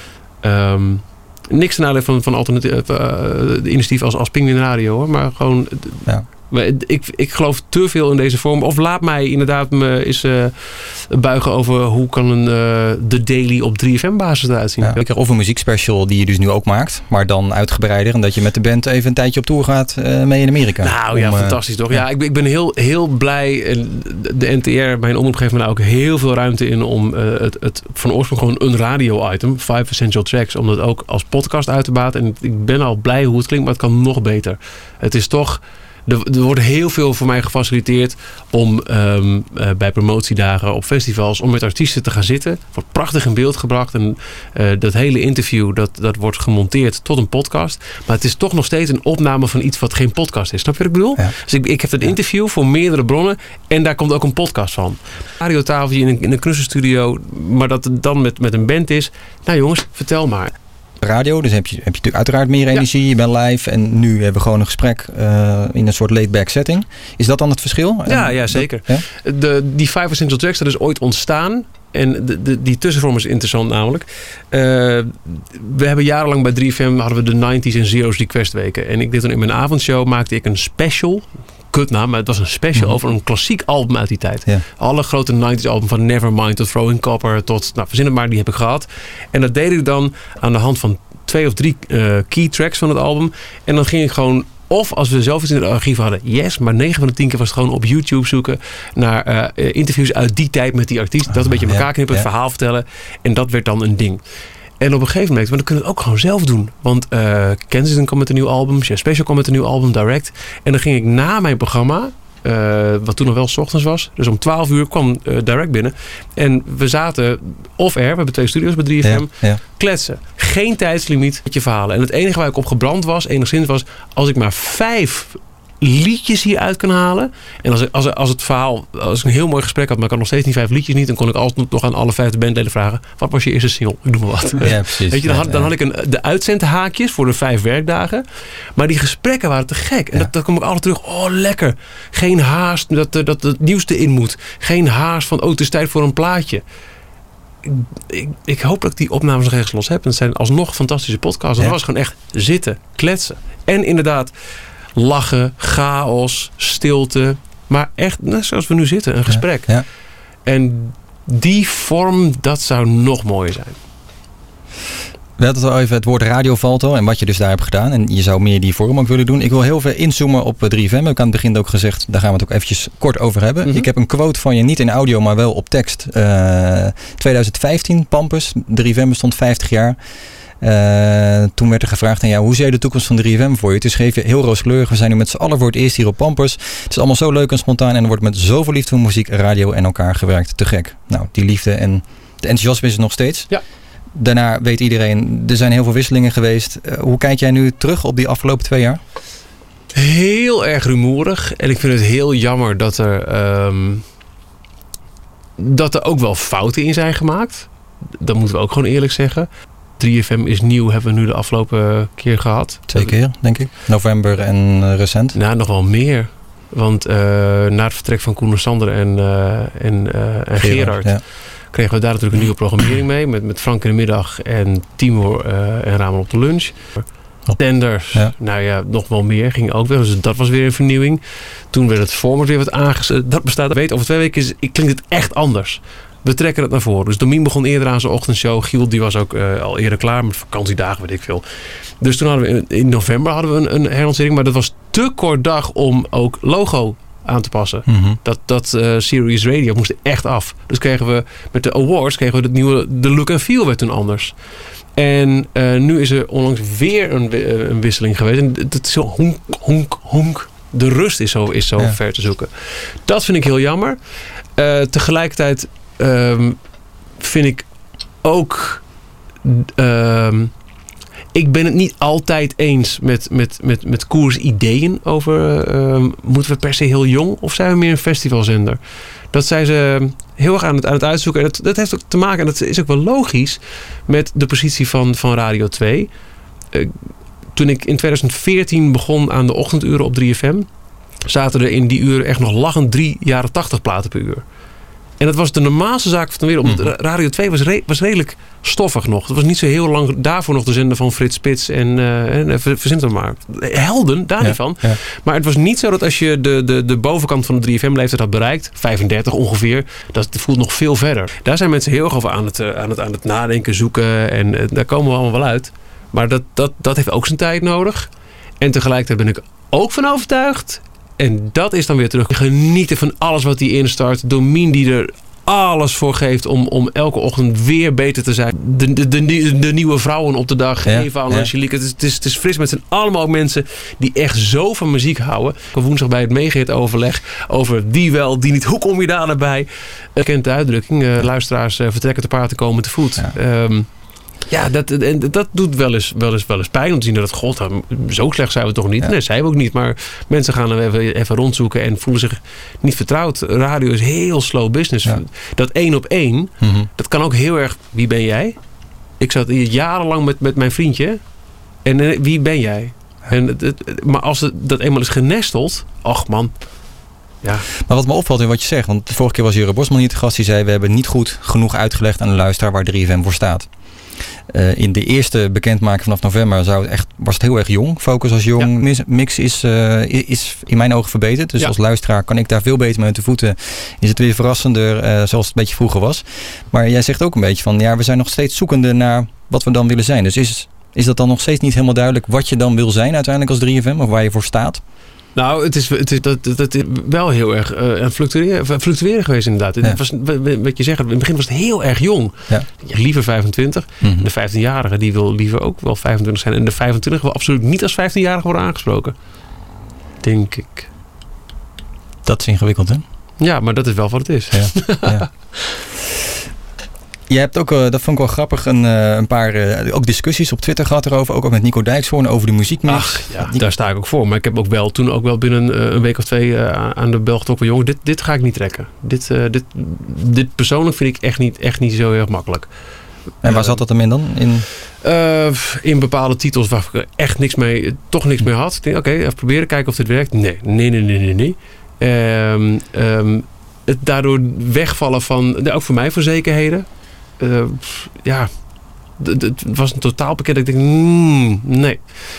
Um, niks ten nadele van, van alternatief, uh, de initiatief als, als Pinguïn Radio. Hoor, maar gewoon... Ja. Ik, ik geloof te veel in deze vorm. Of laat mij inderdaad me eens uh, buigen over hoe kan een uh, de Daily op drie F M basis eruit zien. Ja. Of een muziekspecial die je dus nu ook maakt. Maar dan uitgebreider. En dat je met de band even een tijdje op tour gaat uh, mee in Amerika. Nou ja, om, fantastisch toch. Ja, ja ik, ik ben heel, heel blij. De N T R, mijn omroep geeft me nou ook heel veel ruimte in om uh, het, het van oorsprong gewoon een radio-item. Five Essential Tracks. Om dat ook als podcast uit te baten. En ik ben al blij hoe het klinkt. Maar het kan nog beter. Het is toch... Er, er wordt heel veel voor mij gefaciliteerd om um, uh, bij promotiedagen op festivals, om met artiesten te gaan zitten. Wordt prachtig in beeld gebracht. En uh, dat hele interview, dat, dat wordt gemonteerd tot een podcast. Maar het is toch nog steeds een opname van iets wat geen podcast is. Snap je wat ik bedoel? Ja. Dus ik, ik heb dat interview voor meerdere bronnen. En daar komt ook een podcast van. Radiotafeltje in een, in een knussenstudio. Maar dat het dan met, met een band is. Nou jongens, vertel maar. Radio, dus heb je, heb je natuurlijk uiteraard meer energie. Ja. Je bent live en nu hebben we gewoon een gesprek uh, in een soort laid-back setting. Is dat dan het verschil? Ja, ja zeker. Dat, ja? De, die Five Essential Tracks, dat is ooit ontstaan. En de, de, die tussenvorm is interessant namelijk. Uh, we hebben jarenlang bij drie F M hadden we de nineties en zeros request weken. En ik deed dan in mijn avondshow, maakte ik een special... Kutnaam, maar het was een special mm-hmm. over een klassiek album uit die tijd. Ja. Alle grote nineties album van Nevermind tot Throwing Copper tot, nou verzin het maar, die heb ik gehad. En dat deed ik dan aan de hand van twee of drie uh, key tracks van het album. En dan ging ik gewoon, of als we zelf iets in het archief hadden, yes, maar negen van de tien keer was het gewoon op YouTube zoeken naar uh, interviews uit die tijd met die artiest. Dat een beetje in elkaar knippen, het ja. verhaal vertellen. En dat werd dan een ding. En op een gegeven moment, maar dan kunnen we het ook gewoon zelf doen. Want uh, Kensington kwam met een nieuw album. Chef Special kwam met een nieuw album, Direct. En dan ging ik na mijn programma, uh, wat toen nog wel 's ochtends was. Dus om twaalf uur kwam uh, Direct binnen. En we zaten off-air. We hebben twee studio's bij drie F M. Ja, ja. Kletsen. Geen tijdslimiet met je verhalen. En het enige waar ik op gebrand was, enigszins was, als ik maar vijf liedjes hieruit kan halen. En als, ik, als, als het verhaal, als ik een heel mooi gesprek had, maar ik had nog steeds die vijf liedjes niet, dan kon ik altijd nog aan alle vijf de bandleden vragen, wat was je eerste single? Ik doe maar wat. Ja, precies. Weet je, dan had, dan had ik een, de uitzendhaakjes voor de vijf werkdagen. Maar die gesprekken waren te gek. En ja. dat, dat kom ik altijd terug. Oh, lekker. Geen haast dat, dat, dat het nieuwste in moet. Geen haast van, oh, het is tijd voor een plaatje. Ik, ik, ik hoop dat ik die opnames nog ergens los heb. En het zijn alsnog fantastische podcasts. Ja. Dat was gewoon echt zitten, kletsen. En inderdaad lachen, chaos, stilte. Maar echt, net zoals we nu zitten, een gesprek. Ja, ja. En die vorm, dat zou nog mooier zijn. We hadden het al even het woord Radio Valto en wat je dus daar hebt gedaan. En je zou meer die vorm ook willen doen. Ik wil heel veel inzoomen op drie F M. Ik had aan het begin ook gezegd, daar gaan we het ook eventjes kort over hebben. Mm-hmm. Ik heb een quote van je, niet in audio, maar wel op tekst. Uh, twintig vijftien, Pampus. drie F M bestond vijftig jaar. Uh, toen werd er gevraagd aan jou, hoe zie je de toekomst van drie F M voor je? Toen schreef je heel rooskleurig, we zijn nu met z'n allen voor het eerst hier op Pampers. Het is allemaal zo leuk en spontaan en er wordt met zoveel liefde voor muziek, radio en elkaar gewerkt. Te gek. Nou, die liefde en de enthousiasme is er nog steeds. Ja. Daarna weet iedereen, er zijn heel veel wisselingen geweest. Uh, hoe kijk jij nu terug op die afgelopen twee jaar? Heel erg rumoerig. En ik vind het heel jammer dat er, um, dat er ook wel fouten in zijn gemaakt. Dat moeten we ook gewoon eerlijk zeggen. drie F M is nieuw, hebben we nu de afgelopen keer gehad. Twee keer, denk ik. November en uh, recent. Nou, nog wel meer. Want uh, na het vertrek van Koen en Sander en, uh, en, uh, en Gerard... Gerard ja. kregen we daar natuurlijk een nieuwe programmering mee. Met, met Frank in de middag en Timur uh, en Ramon op de lunch. Tenders, ja. nou ja, nog wel meer. Ging ook weer. Dus dat was weer een vernieuwing. Toen werd het format weer wat aangezet. Dat bestaat, weet, over twee weken is, klinkt het echt anders. We trekken het naar voren. Dus Domien begon eerder aan zijn ochtendshow. Giel die was ook uh, al eerder klaar met vakantiedagen, weet ik veel. Dus toen hadden we in, in november hadden we een, een herlancering. Maar dat was te kort dag om ook logo aan te passen. Mm-hmm. Dat, dat uh, Sirius Radio moest echt af. Dus kregen we met de awards kregen we het nieuwe, de look en feel werd toen anders. En uh, nu is er onlangs weer een, een wisseling geweest. En het is zo honk, honk, honk. De rust is zo, is zo ja. ver te zoeken. Dat vind ik heel jammer. Uh, tegelijkertijd um, vind ik ook... Um, ik ben het niet altijd eens met, met, met, met Koers ideeën over... Uh, moeten we per se heel jong of zijn we meer een festivalzender? Dat zijn ze heel erg aan het, aan het uitzoeken. En dat, dat heeft ook te maken, en dat is ook wel logisch... met de positie van, van Radio twee. Uh, toen ik in twintig veertien begon aan de ochtenduren op drie F M... zaten er in die uren echt nog lachend drie jaren tachtig platen per uur. En dat was de normaalste zaak van de wereld. Mm-hmm. Radio twee was, re- was redelijk stoffig nog. Het was niet zo heel lang daarvoor nog de zender van Frits Spits en, uh, en verzint het maar. Helden, daar ja, niet van. Ja. Maar het was niet zo dat als je de, de, de bovenkant van de drie F M-leeftijd had bereikt, vijfendertig ongeveer, dat voelt nog veel verder. Daar zijn mensen heel erg over aan het, aan het, aan het nadenken, zoeken en uh, daar komen we allemaal wel uit. Maar dat, dat, dat heeft ook zijn tijd nodig. En tegelijkertijd ben ik ook van overtuigd. En dat is dan weer terug. Genieten van alles wat hij instart. Domien die er alles voor geeft om, om elke ochtend weer beter te zijn. De, de, de, de nieuwe vrouwen op de dag. Ja, Eva en Angelique. Ja. Het, het, is, het is fris. Maar het zijn allemaal ook mensen die echt zo van muziek houden. Woensdag bij het Megahit overleg over die wel, die niet. Hoe kom je daar naar bij? Uh, kent de uitdrukking. Uh, luisteraars uh, vertrekken te paard te komen te voet. Ja. Um, Ja, dat, en dat doet wel eens, wel, eens, wel eens pijn om te zien dat het, god, zo slecht zijn we toch niet. Ja. Nee, zijn we ook niet. Maar mensen gaan er even, even rondzoeken en voelen zich niet vertrouwd. Radio is heel slow business. Ja. Dat één op één, mm-hmm. dat kan ook heel erg, wie ben jij? Ik zat hier jarenlang met, met mijn vriendje. En uh, wie ben jij? En, het, het, maar als het, dat eenmaal is genesteld, ach man. Ja. Maar wat me opvalt in wat je zegt, want de vorige keer was Jure Bosman hier te gast. Die zei, we hebben niet goed genoeg uitgelegd aan de luisteraar waar drie F M voor staat. Uh, in de eerste bekendmaking vanaf november zou het echt, was het heel erg jong. Focus als jong. Ja. Mix is, uh, is in mijn ogen verbeterd. Dus ja. als luisteraar kan ik daar veel beter mee uit de voeten. Is het weer verrassender uh, zoals het een beetje vroeger was. Maar jij zegt ook een beetje van, ja, we zijn nog steeds zoekende naar wat we dan willen zijn. Dus is, is dat dan nog steeds niet helemaal duidelijk wat je dan wil zijn uiteindelijk als drie F M? Of waar je voor staat? Nou, het is, het is, dat, dat is wel heel erg uh, fluctueren, fluctueren geweest inderdaad. Ja. Het was, wat je zegt, in het begin was het heel erg jong. Ja. Liever vijfentwintig. Mm-hmm. De vijftienjarige die wil liever ook wel vijfentwintig zijn. En de vijfentwintig wil absoluut niet als vijftienjarige worden aangesproken. Denk ik. Dat is ingewikkeld, hè? Ja, maar dat is wel wat het is. Ja. Ja. Je hebt ook, uh, dat vond ik wel grappig, een, uh, een paar uh, ook discussies op Twitter gehad erover. Ook, ook met Nico Dijkshoorn over de muziekmix. Ach, ja, Nico... daar sta ik ook voor. Maar ik heb ook wel toen ook wel binnen uh, een week of twee uh, aan de bel getrokken. Jongen, dit, dit ga ik niet trekken. Dit, uh, dit, dit persoonlijk vind ik echt niet, echt niet zo heel erg makkelijk. En waar uh, zat dat hem in dan? In... Uh, in bepaalde titels waar ik echt niks mee, toch niks mee had. Ik denk, oké, okay, even proberen, kijken of dit werkt. Nee, nee, nee, nee, nee. nee. Um, um, het daardoor wegvallen van, ook voor mij, voor zekerheden. Uh, ja, het was een totaalpakket dat ik denk, mm, nee,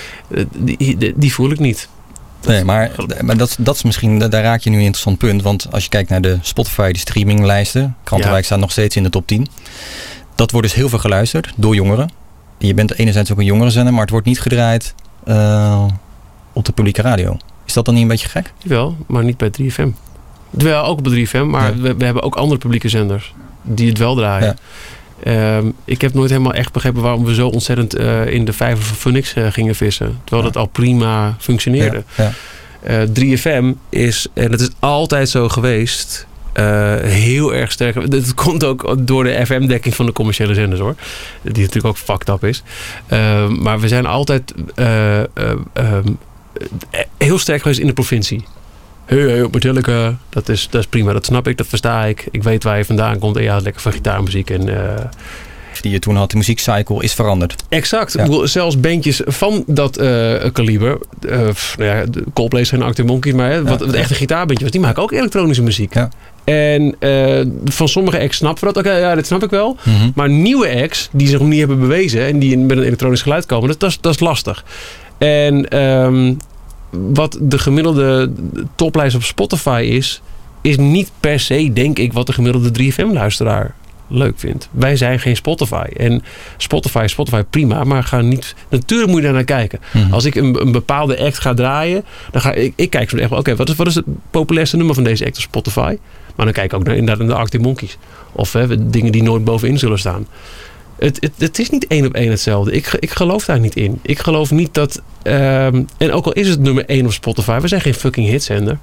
die, die, die voel ik niet. Nee, maar, maar dat, dat is misschien, daar raak je nu een interessant punt. Want als je kijkt naar de Spotify, de streaminglijsten, Krantenwijk ja. staat nog steeds in de top tien. Dat wordt dus heel veel geluisterd door jongeren. Je bent enerzijds ook een jongerenzender, maar het wordt niet gedraaid uh, op de publieke radio. Is dat dan niet een beetje gek? Wel, maar niet bij drie F M. Wel, ook op drie F M, maar ja. we, we hebben ook andere publieke zenders die het wel draaien. Ja. Um, ik heb nooit helemaal echt begrepen waarom we zo ontzettend uh, in de vijver van Phoenix uh, gingen vissen. Terwijl ja. dat al prima functioneerde. Ja. Ja. Uh, drie F M is, en het is altijd zo geweest, uh, heel erg sterk. Dat komt ook door de F M-dekking van de commerciële zenders, hoor. Die natuurlijk ook fucked up is. Uh, maar we zijn altijd uh, uh, um, heel sterk geweest in de provincie. Hey, hey, Metallica, dat is, dat is prima, dat snap ik, dat versta ik. Ik weet waar je vandaan komt en ja, lekker van gitaarmuziek. En, uh... die je toen had, de muziekcycle is veranderd. Exact. Ja. Ik bedoel, zelfs bandjes van dat uh, kaliber, uh, nou ja, Coldplay zijn Arctic Monkeys, maar hè, ja, wat, wat ja. echt een gitaarbandje was, die maken ook elektronische muziek. Ja. En uh, van sommige acts snappen we dat. Oké, okay, ja, dat snap ik wel. Mm-hmm. Maar nieuwe acts, die zich nog niet hebben bewezen en die met een elektronisch geluid komen, dat, dat, is, dat is lastig. En um, wat de gemiddelde toplijst op Spotify is, is niet per se, denk ik, wat de gemiddelde drie F M-luisteraar leuk vindt. Wij zijn geen Spotify. En Spotify is Spotify prima, maar ga niet. Natuurlijk moet je daar naar kijken. Mm-hmm. Als ik een, een bepaalde act ga draaien, dan ga ik, ik kijk zo echt wel, oké, okay, wat is, wat is het populairste nummer van deze act op Spotify? Maar dan kijk ik ook naar, inderdaad naar de Arctic Monkeys. Of hè, dingen die nooit bovenin zullen staan. Het, het, het is niet één op één hetzelfde. Ik, ik geloof daar niet in. Ik geloof niet dat... Um, en ook al is het nummer één op Spotify, we zijn geen fucking hitzender.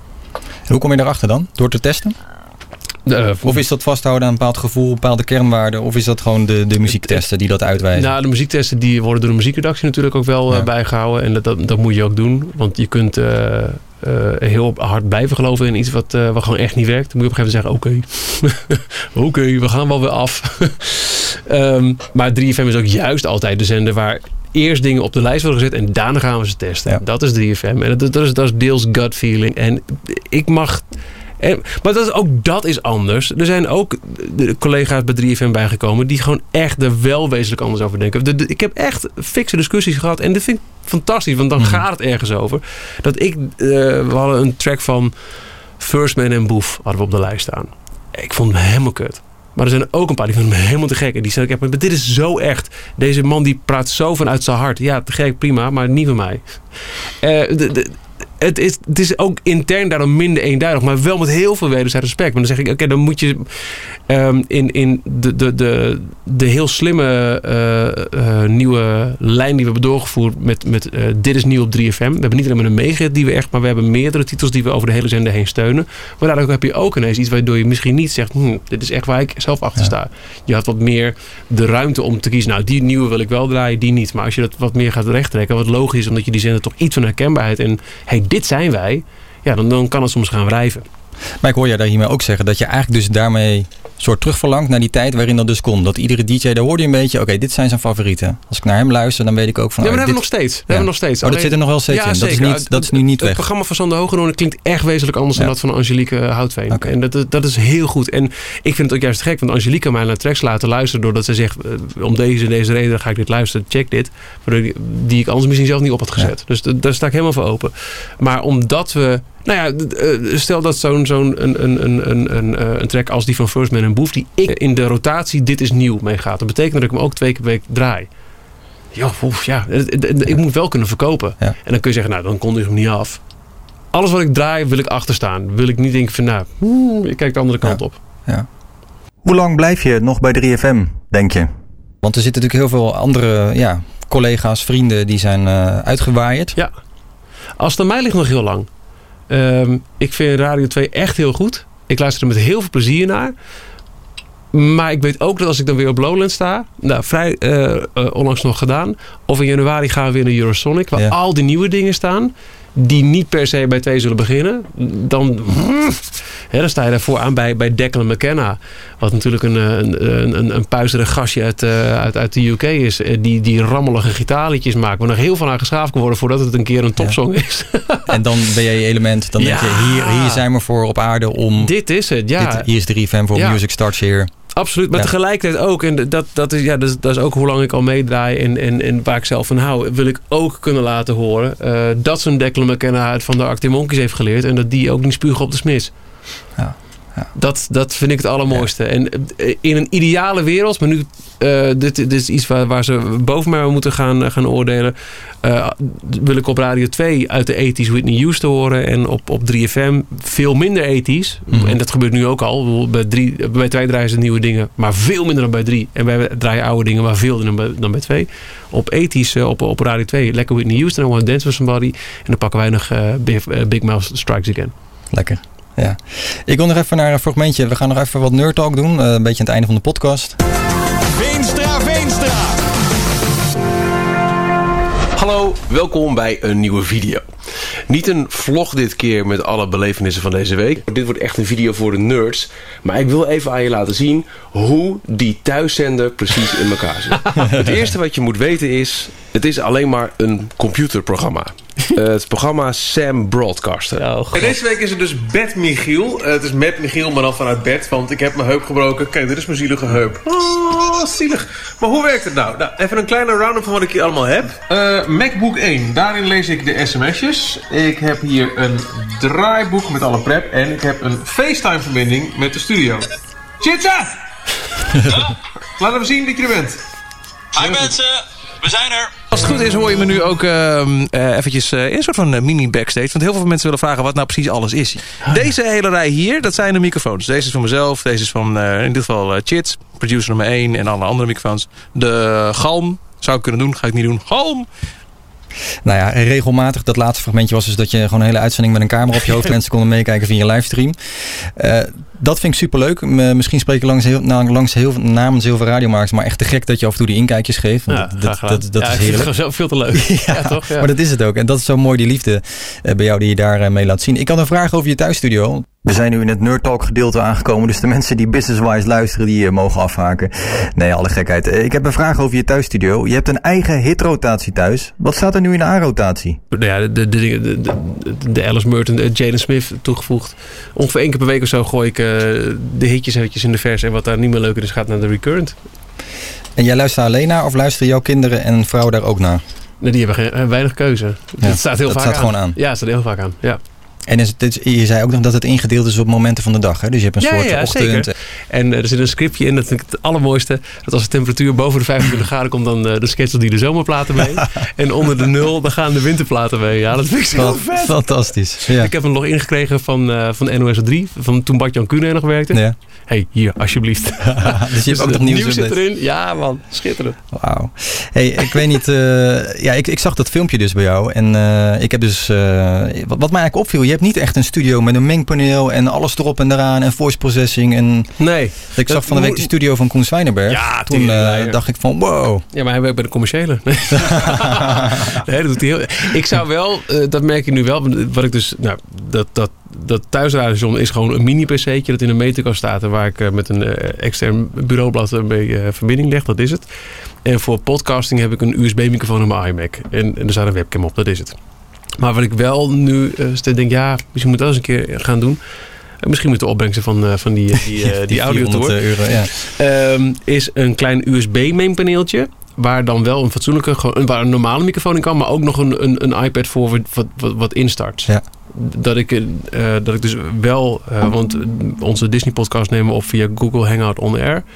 Hoe kom je daarachter dan? Door te testen? Uh, of is dat vasthouden aan een bepaald gevoel, bepaalde kernwaarden? Of is dat gewoon de, de muziektesten die dat uitwijzen? Nou, de muziektesten die worden door de muziekredactie natuurlijk ook wel ja. uh, bijgehouden. En dat, dat, dat moet je ook doen. Want je kunt uh, uh, heel hard blijven geloven in iets wat, uh, wat gewoon echt niet werkt. Dan moet je op een gegeven moment zeggen, oké, okay. oké, okay, we gaan wel weer af. um, maar drie F M is ook juist altijd de zender waar eerst dingen op de lijst worden gezet en daarna gaan we ze testen. Ja. Dat is drie F M. En dat, dat, is, dat is deels gut feeling. En ik mag... En, maar dat is, ook dat is anders. Er zijn ook de collega's bij drie F M bijgekomen die gewoon echt er wel wezenlijk anders over denken. De, de, ik heb echt fikse discussies gehad en dit vind ik fantastisch, want dan mm. gaat het ergens over. Dat ik, uh, we hadden een track van First Man en Boef hadden we op de lijst staan. Ik vond hem helemaal kut. Maar er zijn ook een paar die vinden hem helemaal te gek. En die zeggen, ja, maar dit is zo echt. Deze man die praat zo vanuit zijn hart. Ja, te gek, prima, maar niet van mij. Uh, de, de, Het is, het is ook intern daarom minder eenduidig, maar wel met heel veel wederzijds respect. Maar dan zeg ik, oké, okay, dan moet je um, in, in de, de, de, de heel slimme uh, uh, nieuwe lijn die we hebben doorgevoerd met, met uh, dit is nieuw op drie F M. We hebben niet alleen maar een megahit die we echt, maar we hebben meerdere titels die we over de hele zender heen steunen. Maar daardoor heb je ook ineens iets waardoor je misschien niet zegt, hm, dit is echt waar ik zelf achter sta. Ja. Je had wat meer de ruimte om te kiezen. Nou, die nieuwe wil ik wel draaien, die niet. Maar als je dat wat meer gaat rechttrekken, wat logisch is, omdat je die zender toch iets van herkenbaarheid en hey, dit zijn wij, ja, dan, dan kan het soms gaan wrijven. Maar ik hoor jij daar hiermee ook zeggen dat je eigenlijk dus daarmee soort terugverlangt naar die tijd waarin dat dus kon. Dat iedere D J, daar hoorde je een beetje, oké, okay, dit zijn zijn favorieten. Als ik naar hem luister, dan weet ik ook van... Ja, maar oh, dat dit... hebben we nog steeds. Dat ja. hebben we nog steeds. Oh, dat Alleen... zit er nog wel steeds ja, in. Dat is, niet, dat is nu niet weg. Het programma van Sander Hoogendoorn klinkt echt wezenlijk anders ja. dan dat van Angelique Houtveen. Okay. En dat, dat is heel goed. En ik vind het ook juist gek, want Angelique mij naar tracks laten luisteren doordat ze zegt, uh, om deze deze reden ga ik dit luisteren, check dit. Die ik anders misschien zelf niet op had gezet. Ja. Dus d- daar sta ik helemaal voor open. Maar omdat we... Nou ja, stel dat zo'n, zo'n een, een, een, een, een, een track als die van First Man en Boef, die ik in de rotatie dit is nieuw meegaat. Dat betekent dat ik hem ook twee keer per week draai. Ja, oef, ja, ik moet wel kunnen verkopen. Ja. En dan kun je zeggen, nou, dan kondig je hem niet af. alles wat ik draai wil ik achterstaan. Wil ik niet denken van nou, hmm, ik kijk de andere kant ja. op. Ja. Hoe lang blijf je nog bij drie F M, denk je? Want er zitten natuurlijk heel veel andere ja, collega's, vrienden die zijn uh, uitgewaaid. Ja, als het aan mij ligt nog heel lang. Um, ik vind Radio twee echt heel goed. Ik luister er met heel veel plezier naar. Maar ik weet ook dat als ik dan weer op Lowland sta... Nou, vrij uh, uh, onlangs nog gedaan. Of in januari gaan we weer naar Eurosonic. Waar ja. al die nieuwe dingen staan. Die niet per se bij twee zullen beginnen. Dan, hè, dan sta je daarvoor aan bij, bij Declan McKenna. Wat natuurlijk een, een, een, een puizerig gastje uit, uh, uit, uit de U K is. Die, die rammelige gitaarliedjes maakt. Waar nog heel veel aan geschaafd kan worden voordat het een keer een topsong ja. is. En dan ben jij je element. Dan ja. denk je, hier, hier zijn we voor op aarde om... Dit is het, ja. Dit, hier is drie F M voor ja. Music Starts Here. Absoluut, maar ja. tegelijkertijd ook, en dat, dat, is, ja, dat, is, dat is ook hoe lang ik al meedraai en, en, en waar ik zelf van hou, wil ik ook kunnen laten horen uh, dat zo'n Declan McKenna uit van de Arctic Monkeys heeft geleerd en dat die ook niet spugen op de Smiths. Ja. Ja. Dat, dat vind ik het allermooiste. Ja. En in een ideale wereld, maar nu, uh, dit, dit is iets waar, waar ze boven mij moeten gaan, gaan oordelen. Uh, wil ik op Radio twee uit de eighties Whitney Houston horen. En op, op drie F M veel minder eighties. Mm-hmm. En dat gebeurt nu ook al. Bij, drie, bij twee draaien ze nieuwe dingen, maar veel minder dan bij drie. En wij draaien oude dingen, maar veel dan bij, dan bij twee. Op eighties, uh, op, op Radio twee, lekker Whitney Houston. I Want to Dance With Somebody. En dan pakken wij nog uh, Big, uh, Big Mouth Strikes Again. Lekker. Ja. Ik wil nog even naar een fragmentje. We gaan nog even wat Nerd Talk doen. Uh, een beetje aan het einde van de podcast. Veenstra, Veenstra! Hallo, welkom bij een nieuwe video. Niet een vlog dit keer met alle belevenissen van deze week. Dit wordt echt een video voor de nerds. Maar ik wil even aan je laten zien hoe die thuiszender precies in elkaar zit. Het eerste wat je moet weten is, het is alleen maar een computerprogramma. Uh, het programma Sam Broadcaster. Oh, deze week is het dus Bed Michiel. Uh, het is met Michiel, maar dan vanuit bed. Want ik heb mijn heup gebroken. Kijk, dit is mijn zielige heup. Oh, zielig. Maar hoe werkt het nou? Nou, even een kleine round-up van wat ik hier allemaal heb. Uh, MacBook één. Daarin lees ik de sms'jes. Ik heb hier een draaiboek met alle prep. En ik heb een FaceTime-verbinding met de studio. Chitsa! Ja? Laat even zien dat je er bent. Hi mensen, we zijn er. Als het goed is hoor je me nu ook uh, uh, eventjes uh, in een soort van uh, mini-backstage. Want heel veel mensen willen vragen wat nou precies alles is. Deze hele rij hier, dat zijn de microfoons. Deze is van mezelf, deze is van uh, in dit geval uh, Chits, producer nummer één en alle andere microfoons. De galm, zou ik kunnen doen, ga ik niet doen. Galm! Nou ja, regelmatig, dat laatste fragmentje was dus dat je gewoon een hele uitzending met een camera op je hoofd mensen konden meekijken via je livestream. Uh, dat vind ik superleuk. M- misschien spreek ik langs heel, nou, langs heel, namens heel veel radiomakers, maar echt te gek dat je af en toe die inkijkjes geeft. Want ja, dat, dat, dat, dat ja, is heerlijk. Het is veel te leuk. ja, ja, toch? Ja. Maar dat is het ook. En dat is zo mooi, die liefde uh, bij jou die je daar uh, mee laat zien. Ik had een vraag over je thuisstudio. We zijn nu in het Nerd Talk gedeelte aangekomen. Dus de mensen die business-wise luisteren, die uh, mogen afhaken. Nee, alle gekheid. Uh, ik heb een vraag over je thuisstudio. Je hebt een eigen hitrotatie thuis. Wat staat er nu in de A-rotatie? Ja, de, de, de, de, de, de Alice Merton, de Jaden Smith toegevoegd. Ongeveer één keer per week of zo gooi ik uh, de hitjes eventjes in de vers. En wat daar niet meer leuk is, gaat naar de recurrent. En jij luistert alleen naar of luisteren jouw kinderen en vrouw daar ook naar? Nee, die hebben geen, weinig keuze. Ja, dat staat heel dat vaak staat aan. gewoon aan. Ja, dat staat heel vaak aan. Ja. En is het, je zei ook nog dat het ingedeeld is op momenten van de dag. Hè? Dus je hebt een ja, soort ja, ochtend. Zeker. En uh, er zit een scriptje in, dat vind ik het allermooiste. Dat als de temperatuur boven de vijfentwintig graden komt, dan uh, de schedule die de zomerplaten mee. En onder de nul, dan gaan de winterplaten mee. Ja, dat vind ik zo vet. Fantastisch. Ja. Ik heb hem nog ingekregen van, uh, van N O S drie, van toen Bart-Jan Kuhne nog werkte. Ja. Hey, hier, alsjeblieft. dus je hebt dus ook nog nieuws, nieuws zit erin. Ja, man, schitterend. Wauw. Hey, ik weet niet. Uh, ja, ik, ik zag dat filmpje dus bij jou. En uh, ik heb dus. Uh, wat, wat mij eigenlijk opviel, je hebt niet echt een studio met een mengpaneel en alles erop en eraan en voice processing. En nee. Ik zag van de week de studio van Koen Zwijnenberg. Ja, toen uh, dacht ik van wow. Ja, maar hij werkt bij de commerciële. Nee. nee, dat doet hij heel. Ik zou wel, uh, dat merk ik nu wel, wat ik dus, nou, dat, dat, dat thuisradiostation is gewoon een mini-P C'tje dat in een meterkast staat en waar ik uh, met een uh, extern bureaublad mee uh, verbinding leg. Dat is het. En voor podcasting heb ik een U S B-microfoon in mijn iMac. En, en er staat een webcam op, dat is het. Maar wat ik wel nu uh, denk, ja, misschien moet dat eens een keer gaan doen. Uh, misschien met de opbrengsten van, uh, van die, die, uh, die, die audiotour. Euro, ja. um, is een klein U S B-mainpaneeltje. Waar dan wel een fatsoenlijke, gewoon, waar een normale microfoon in kan. Maar ook nog een, een, een iPad voor wat, wat, wat instart. Ja. Dat ik, uh, dat ik dus wel, uh, want onze Disney podcast nemen we op via Google Hangout On Air.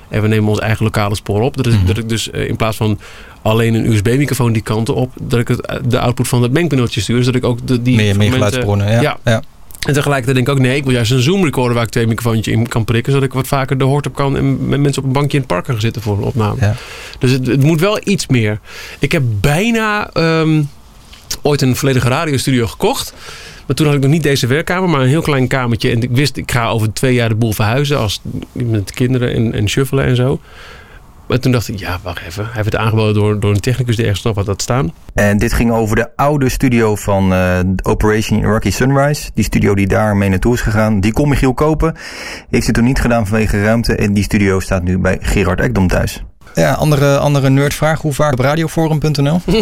En we nemen ons eigen lokale spoor op. Dat, is, mm-hmm. dat ik dus uh, in plaats van alleen een U S B-microfoon die kanten op, dat ik het, de output van het mengpaneltje stuur. Zodat ik ook de, die meer, meer geluidsbronnen. Ja. Ja. ja. En tegelijkertijd denk ik ook, nee, ik wil juist een Zoom recorder waar ik twee microfoontjes in kan prikken, zodat ik wat vaker de hoort op kan en met mensen op een bankje in het park gaan zitten voor een opname. Ja. Dus het, het moet wel iets meer. Ik heb bijna um, ooit een volledige radiostudio gekocht. Maar toen had ik nog niet deze werkkamer, maar een heel klein kamertje. En ik wist, ik ga over twee jaar de boel verhuizen als, met de kinderen en, en shuffelen en zo. Maar toen dacht ik, ja, wacht even. Hij heeft het aangeboden door, door een technicus die ergens nog wat had staan. En dit ging over de oude studio van uh, Operation Iraqi Sunrise. Die studio die daar mee naartoe is gegaan. Die kon Michiel kopen. Heeft het toen niet gedaan vanwege ruimte. En die studio staat nu bij Gerard Ekdom thuis. Ja, andere, andere nerdvraag. Hoe vaak op radioforum punt n l?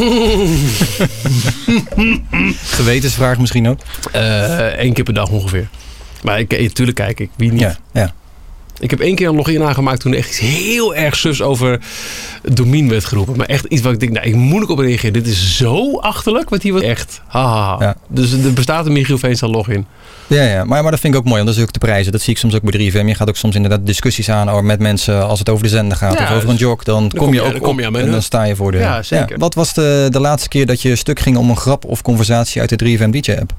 Gewetensvraag misschien ook? Eén uh, keer per dag ongeveer. Maar ik, natuurlijk kijk ik. Wie niet? Ja, ja. Ik heb één keer een login aangemaakt toen er echt iets heel erg sus over het domein werd geroepen. Maar echt iets wat ik denk, nou, ik moet ik op reageren. Dit is zo achterlijk, wat hier was echt. Haha. Ja. Dus er bestaat een Michiel Veenstra login. Ja, ja. Maar, maar dat vind ik ook mooi, want dat is ook de prijzen. Dat zie ik soms ook bij drie F M. Je gaat ook soms inderdaad discussies aan met mensen als het over de zender gaat. Ja, of over een jog. Dan, dan kom je ook dan kom je op en dan sta je voor de... Ja, zeker. Ja. Wat was de, de laatste keer dat je stuk ging om een grap of conversatie uit de drie F M D J-app?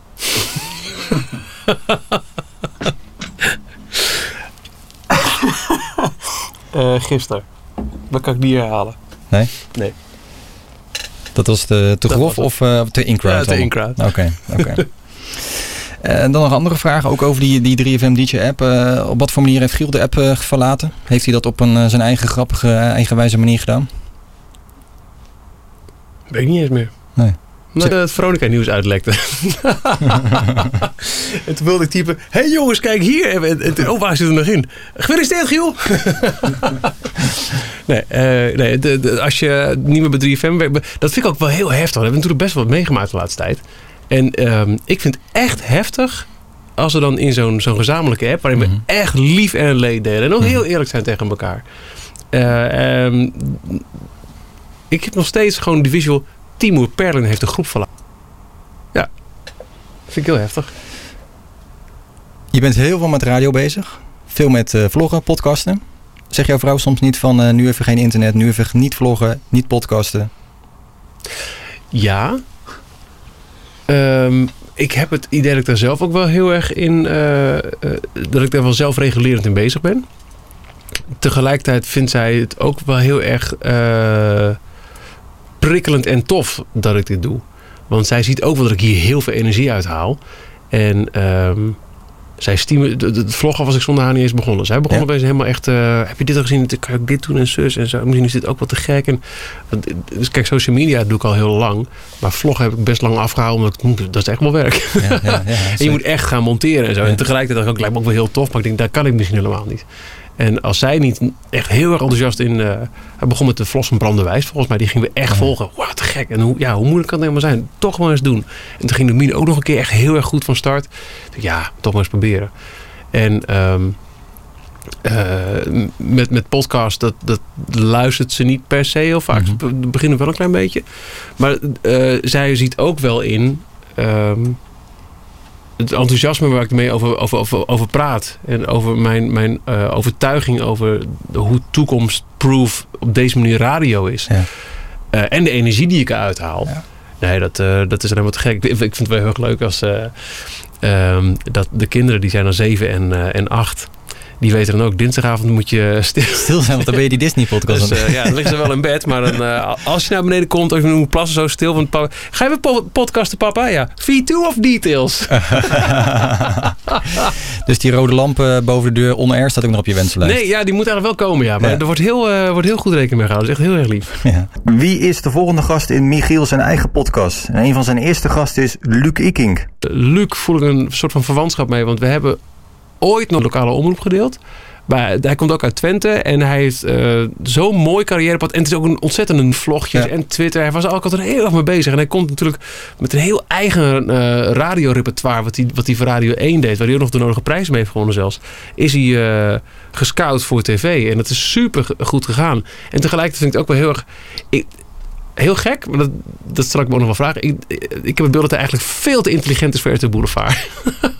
uh, gisteren. Dat kan ik niet herhalen. Nee? Nee. Dat was te, te grof of uh, te in-crowd? Ja, te in-crowd. Oké, okay, oké. Okay. En dan nog andere vragen, ook over die, die drie F M D J-app. Uh, op wat voor manier heeft Giel de app uh, verlaten? Heeft hij dat op een, uh, zijn eigen grappige, uh, eigenwijze manier gedaan? Weet ik niet eens meer. Nee. Nee, het Veronica nieuws uitlekte. En toen wilde ik typen, hé hey jongens, kijk hier. En, en, oh, waar zit er nog in? Gefeliciteerd, Giel. nee, uh, nee de, de, als je niet meer bij drie F M werkt, dat vind ik ook wel heel heftig. We hebben natuurlijk best wel wat meegemaakt de laatste tijd. En um, ik vind het echt heftig als we dan in zo'n, zo'n gezamenlijke app, waarin mm-hmm. we echt lief en leed delen. En ook heel eerlijk zijn tegen elkaar. Uh, um, ik heb nog steeds gewoon de visual, Timur Perlin heeft de groep verlaten. Ja, vind ik heel heftig. Je bent heel veel met radio bezig. Veel met uh, vloggen, podcasten. Zeg jouw vrouw soms niet van uh, nu even geen internet, nu even niet vloggen, niet podcasten? Ja. Um, ik heb het idee dat ik daar zelf ook wel heel erg in... Uh, uh, dat ik daar wel zelfregulerend in bezig ben. Tegelijkertijd vindt zij het ook wel heel erg uh, prikkelend en tof dat ik dit doe. Want zij ziet ook wel dat ik hier heel veel energie uit haal. En um, zij stimuleert... Het vloggen was ik zonder haar niet eens begonnen. Zij begon ja. opeens helemaal echt... Uh, heb je dit al gezien? Kan ik dit doen en zus en zo. Misschien is dit ook wat te gek. En, dus kijk, social media doe ik al heel lang. Maar vloggen heb ik best lang afgehouden. Omdat ik, dat is echt wel werk. Ja, ja, ja, en je moet echt gaan monteren en zo. Ja. En tegelijkertijd dacht ik ook, lijkt me ook wel heel tof. Maar ik denk, dat kan ik misschien helemaal niet. En als zij niet echt heel erg enthousiast in... Uh, hij begon met de Vlos van Brandewijs. Volgens mij, die gingen we echt ja. volgen. Wauw, te gek. En hoe, ja, hoe moeilijk kan het helemaal zijn? Toch maar eens doen. En toen ging de Mine ook nog een keer echt heel erg goed van start. Dus ja, toch maar eens proberen. En um, uh, met, met podcast, dat, dat luistert ze niet per se heel vaak. Mm-hmm. Ze beginnen wel een klein beetje. Maar uh, zij ziet ook wel in... Um, het enthousiasme waar ik mee over, over, over, over praat. En over mijn, mijn uh, overtuiging over de, hoe toekomstproof op deze manier radio is. Ja. Uh, en de energie die ik eruit haal. Ja. Nee, dat, uh, dat is helemaal te gek. Ik, ik vind het wel heel erg leuk als uh, um, dat de kinderen, die zijn dan zeven en, uh, en acht. Die weten dan ook, dinsdagavond moet je stil, stil zijn, want dan ben je die Disney-podcast. Dus uh, ja, dan liggen ze wel in bed. Maar dan, uh, als je naar beneden komt, als je moet plassen zo stil. Van papa, ga je weer po- podcasten, papa? Ja. V twee of Details? Dus die rode lamp uh, boven de deur on-air staat ook nog op je wensenlijst? Nee, ja, die moet eigenlijk wel komen, ja. Maar ja. er wordt heel, uh, wordt heel goed rekening mee gehouden. Dat is echt heel erg lief. Ja. Wie is de volgende gast in Michiel zijn eigen podcast? En een van zijn eerste gasten is Luc Ikink. Uh, Luc voel ik een soort van verwantschap mee, want we hebben ooit nog een lokale omroep gedeeld. Maar hij komt ook uit Twente. En hij heeft uh, zo'n mooi carrièrepad. En het is ook een ontzettende vlogjes. Ja. En Twitter. Hij was er ook altijd heel erg mee bezig. En hij komt natuurlijk met een heel eigen uh, radiorepertoire. Wat hij, wat hij voor Radio één deed. Waar hij ook nog de nodige prijs mee heeft gewonnen zelfs. Is hij uh, gescout voor tv. En dat is super goed gegaan. En tegelijkertijd vind ik het ook wel heel erg... Ik, heel gek, maar dat, dat zal ik me ook nog wel vragen. Ik, ik heb het beeld dat hij eigenlijk veel te intelligent is voor R T L Boulevard.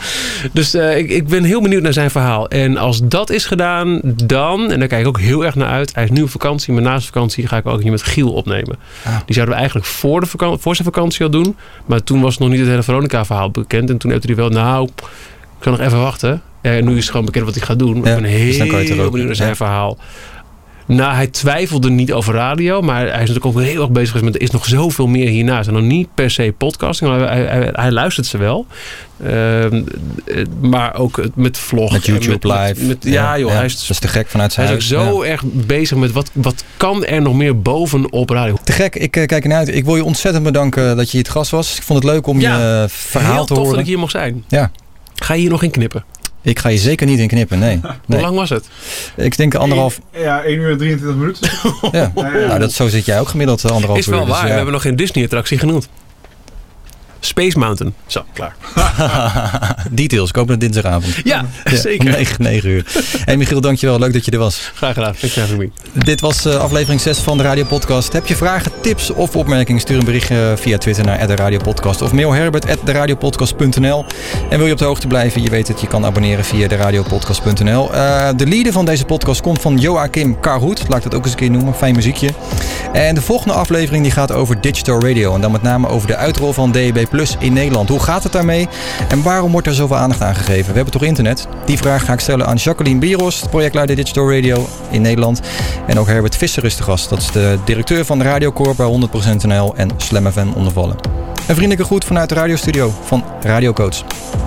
Dus uh, ik, ik ben heel benieuwd naar zijn verhaal. En als dat is gedaan, dan, en daar kijk ik ook heel erg naar uit. Hij is nu op vakantie, maar naast vakantie ga ik ook hier met Giel opnemen. Ah. Die zouden we eigenlijk voor, de vakantie, voor zijn vakantie al doen. Maar toen was nog niet het hele Veronica-verhaal bekend. En toen heeft hij wel, nou, ik kan nog even wachten. En nu is het gewoon bekend wat hij gaat doen. Maar ja, ik ben heel, dus heel benieuwd naar zijn ja. verhaal. Nou, hij twijfelde niet over radio, maar hij is natuurlijk ook heel erg bezig geweest met er is nog zoveel meer hiernaast. En nog niet per se podcasting, maar hij, hij, hij luistert ze wel. Uh, maar ook met vlog. Met YouTube met, live. Met, met, ja, joh. Ja, hij is, dat is te gek vanuit zijn Hij is ook huis. zo ja. erg bezig met wat, wat kan er nog meer bovenop radio. Te gek, ik uh, kijk ernaar uit. Ik wil je ontzettend bedanken dat je hier het gast was. Ik vond het leuk om ja, je verhaal heel te horen. Heel tof dat ik hier mocht zijn. Ja. Ga je hier nog in knippen? Ik ga je zeker niet in knippen, nee. nee. Hoe lang was het? Ik denk anderhalf... Ja, één uur en drieëntwintig minuten. ja. ja, ja. Nou, dat, zo zit jij ook gemiddeld anderhalf uur. Is wel uur, waar, dus, ja. we hebben nog geen Disney-attractie genoemd. Space Mountain. Zo, klaar. Details, ik hoop dat dinsdagavond. Ja, ja zeker. negen uur. Hey Michiel, dankjewel. Leuk dat je er was. Graag gedaan. Thanks for having me. Dit was uh, aflevering zes van de Radio Podcast. Heb je vragen, tips of opmerkingen? Stuur een berichtje via Twitter naar at de Radio Podcast of mail herbert at de radio podcast punt n l. En wil je op de hoogte blijven? Je weet het, je kan abonneren via de radio podcast punt n l. Uh, de leader van deze podcast komt van Joachim Karhoed. Laat ik dat ook eens een keer noemen. Fijn muziekje. En de volgende aflevering die gaat over digital radio. En dan met name over de uitrol van D A B plus in Nederland. Hoe gaat het daarmee? En waarom wordt er zoveel aandacht aan gegeven? We hebben toch internet? Die vraag ga ik stellen aan Jacqueline Bieros, projectleider Digital Radio in Nederland. En ook Herbert Visser is de gast. Dat is de directeur van de Radiocorp bij honderd procent N L en Slam F M onder Vallen. Een vriendelijke groet vanuit de radiostudio van Radio Coach.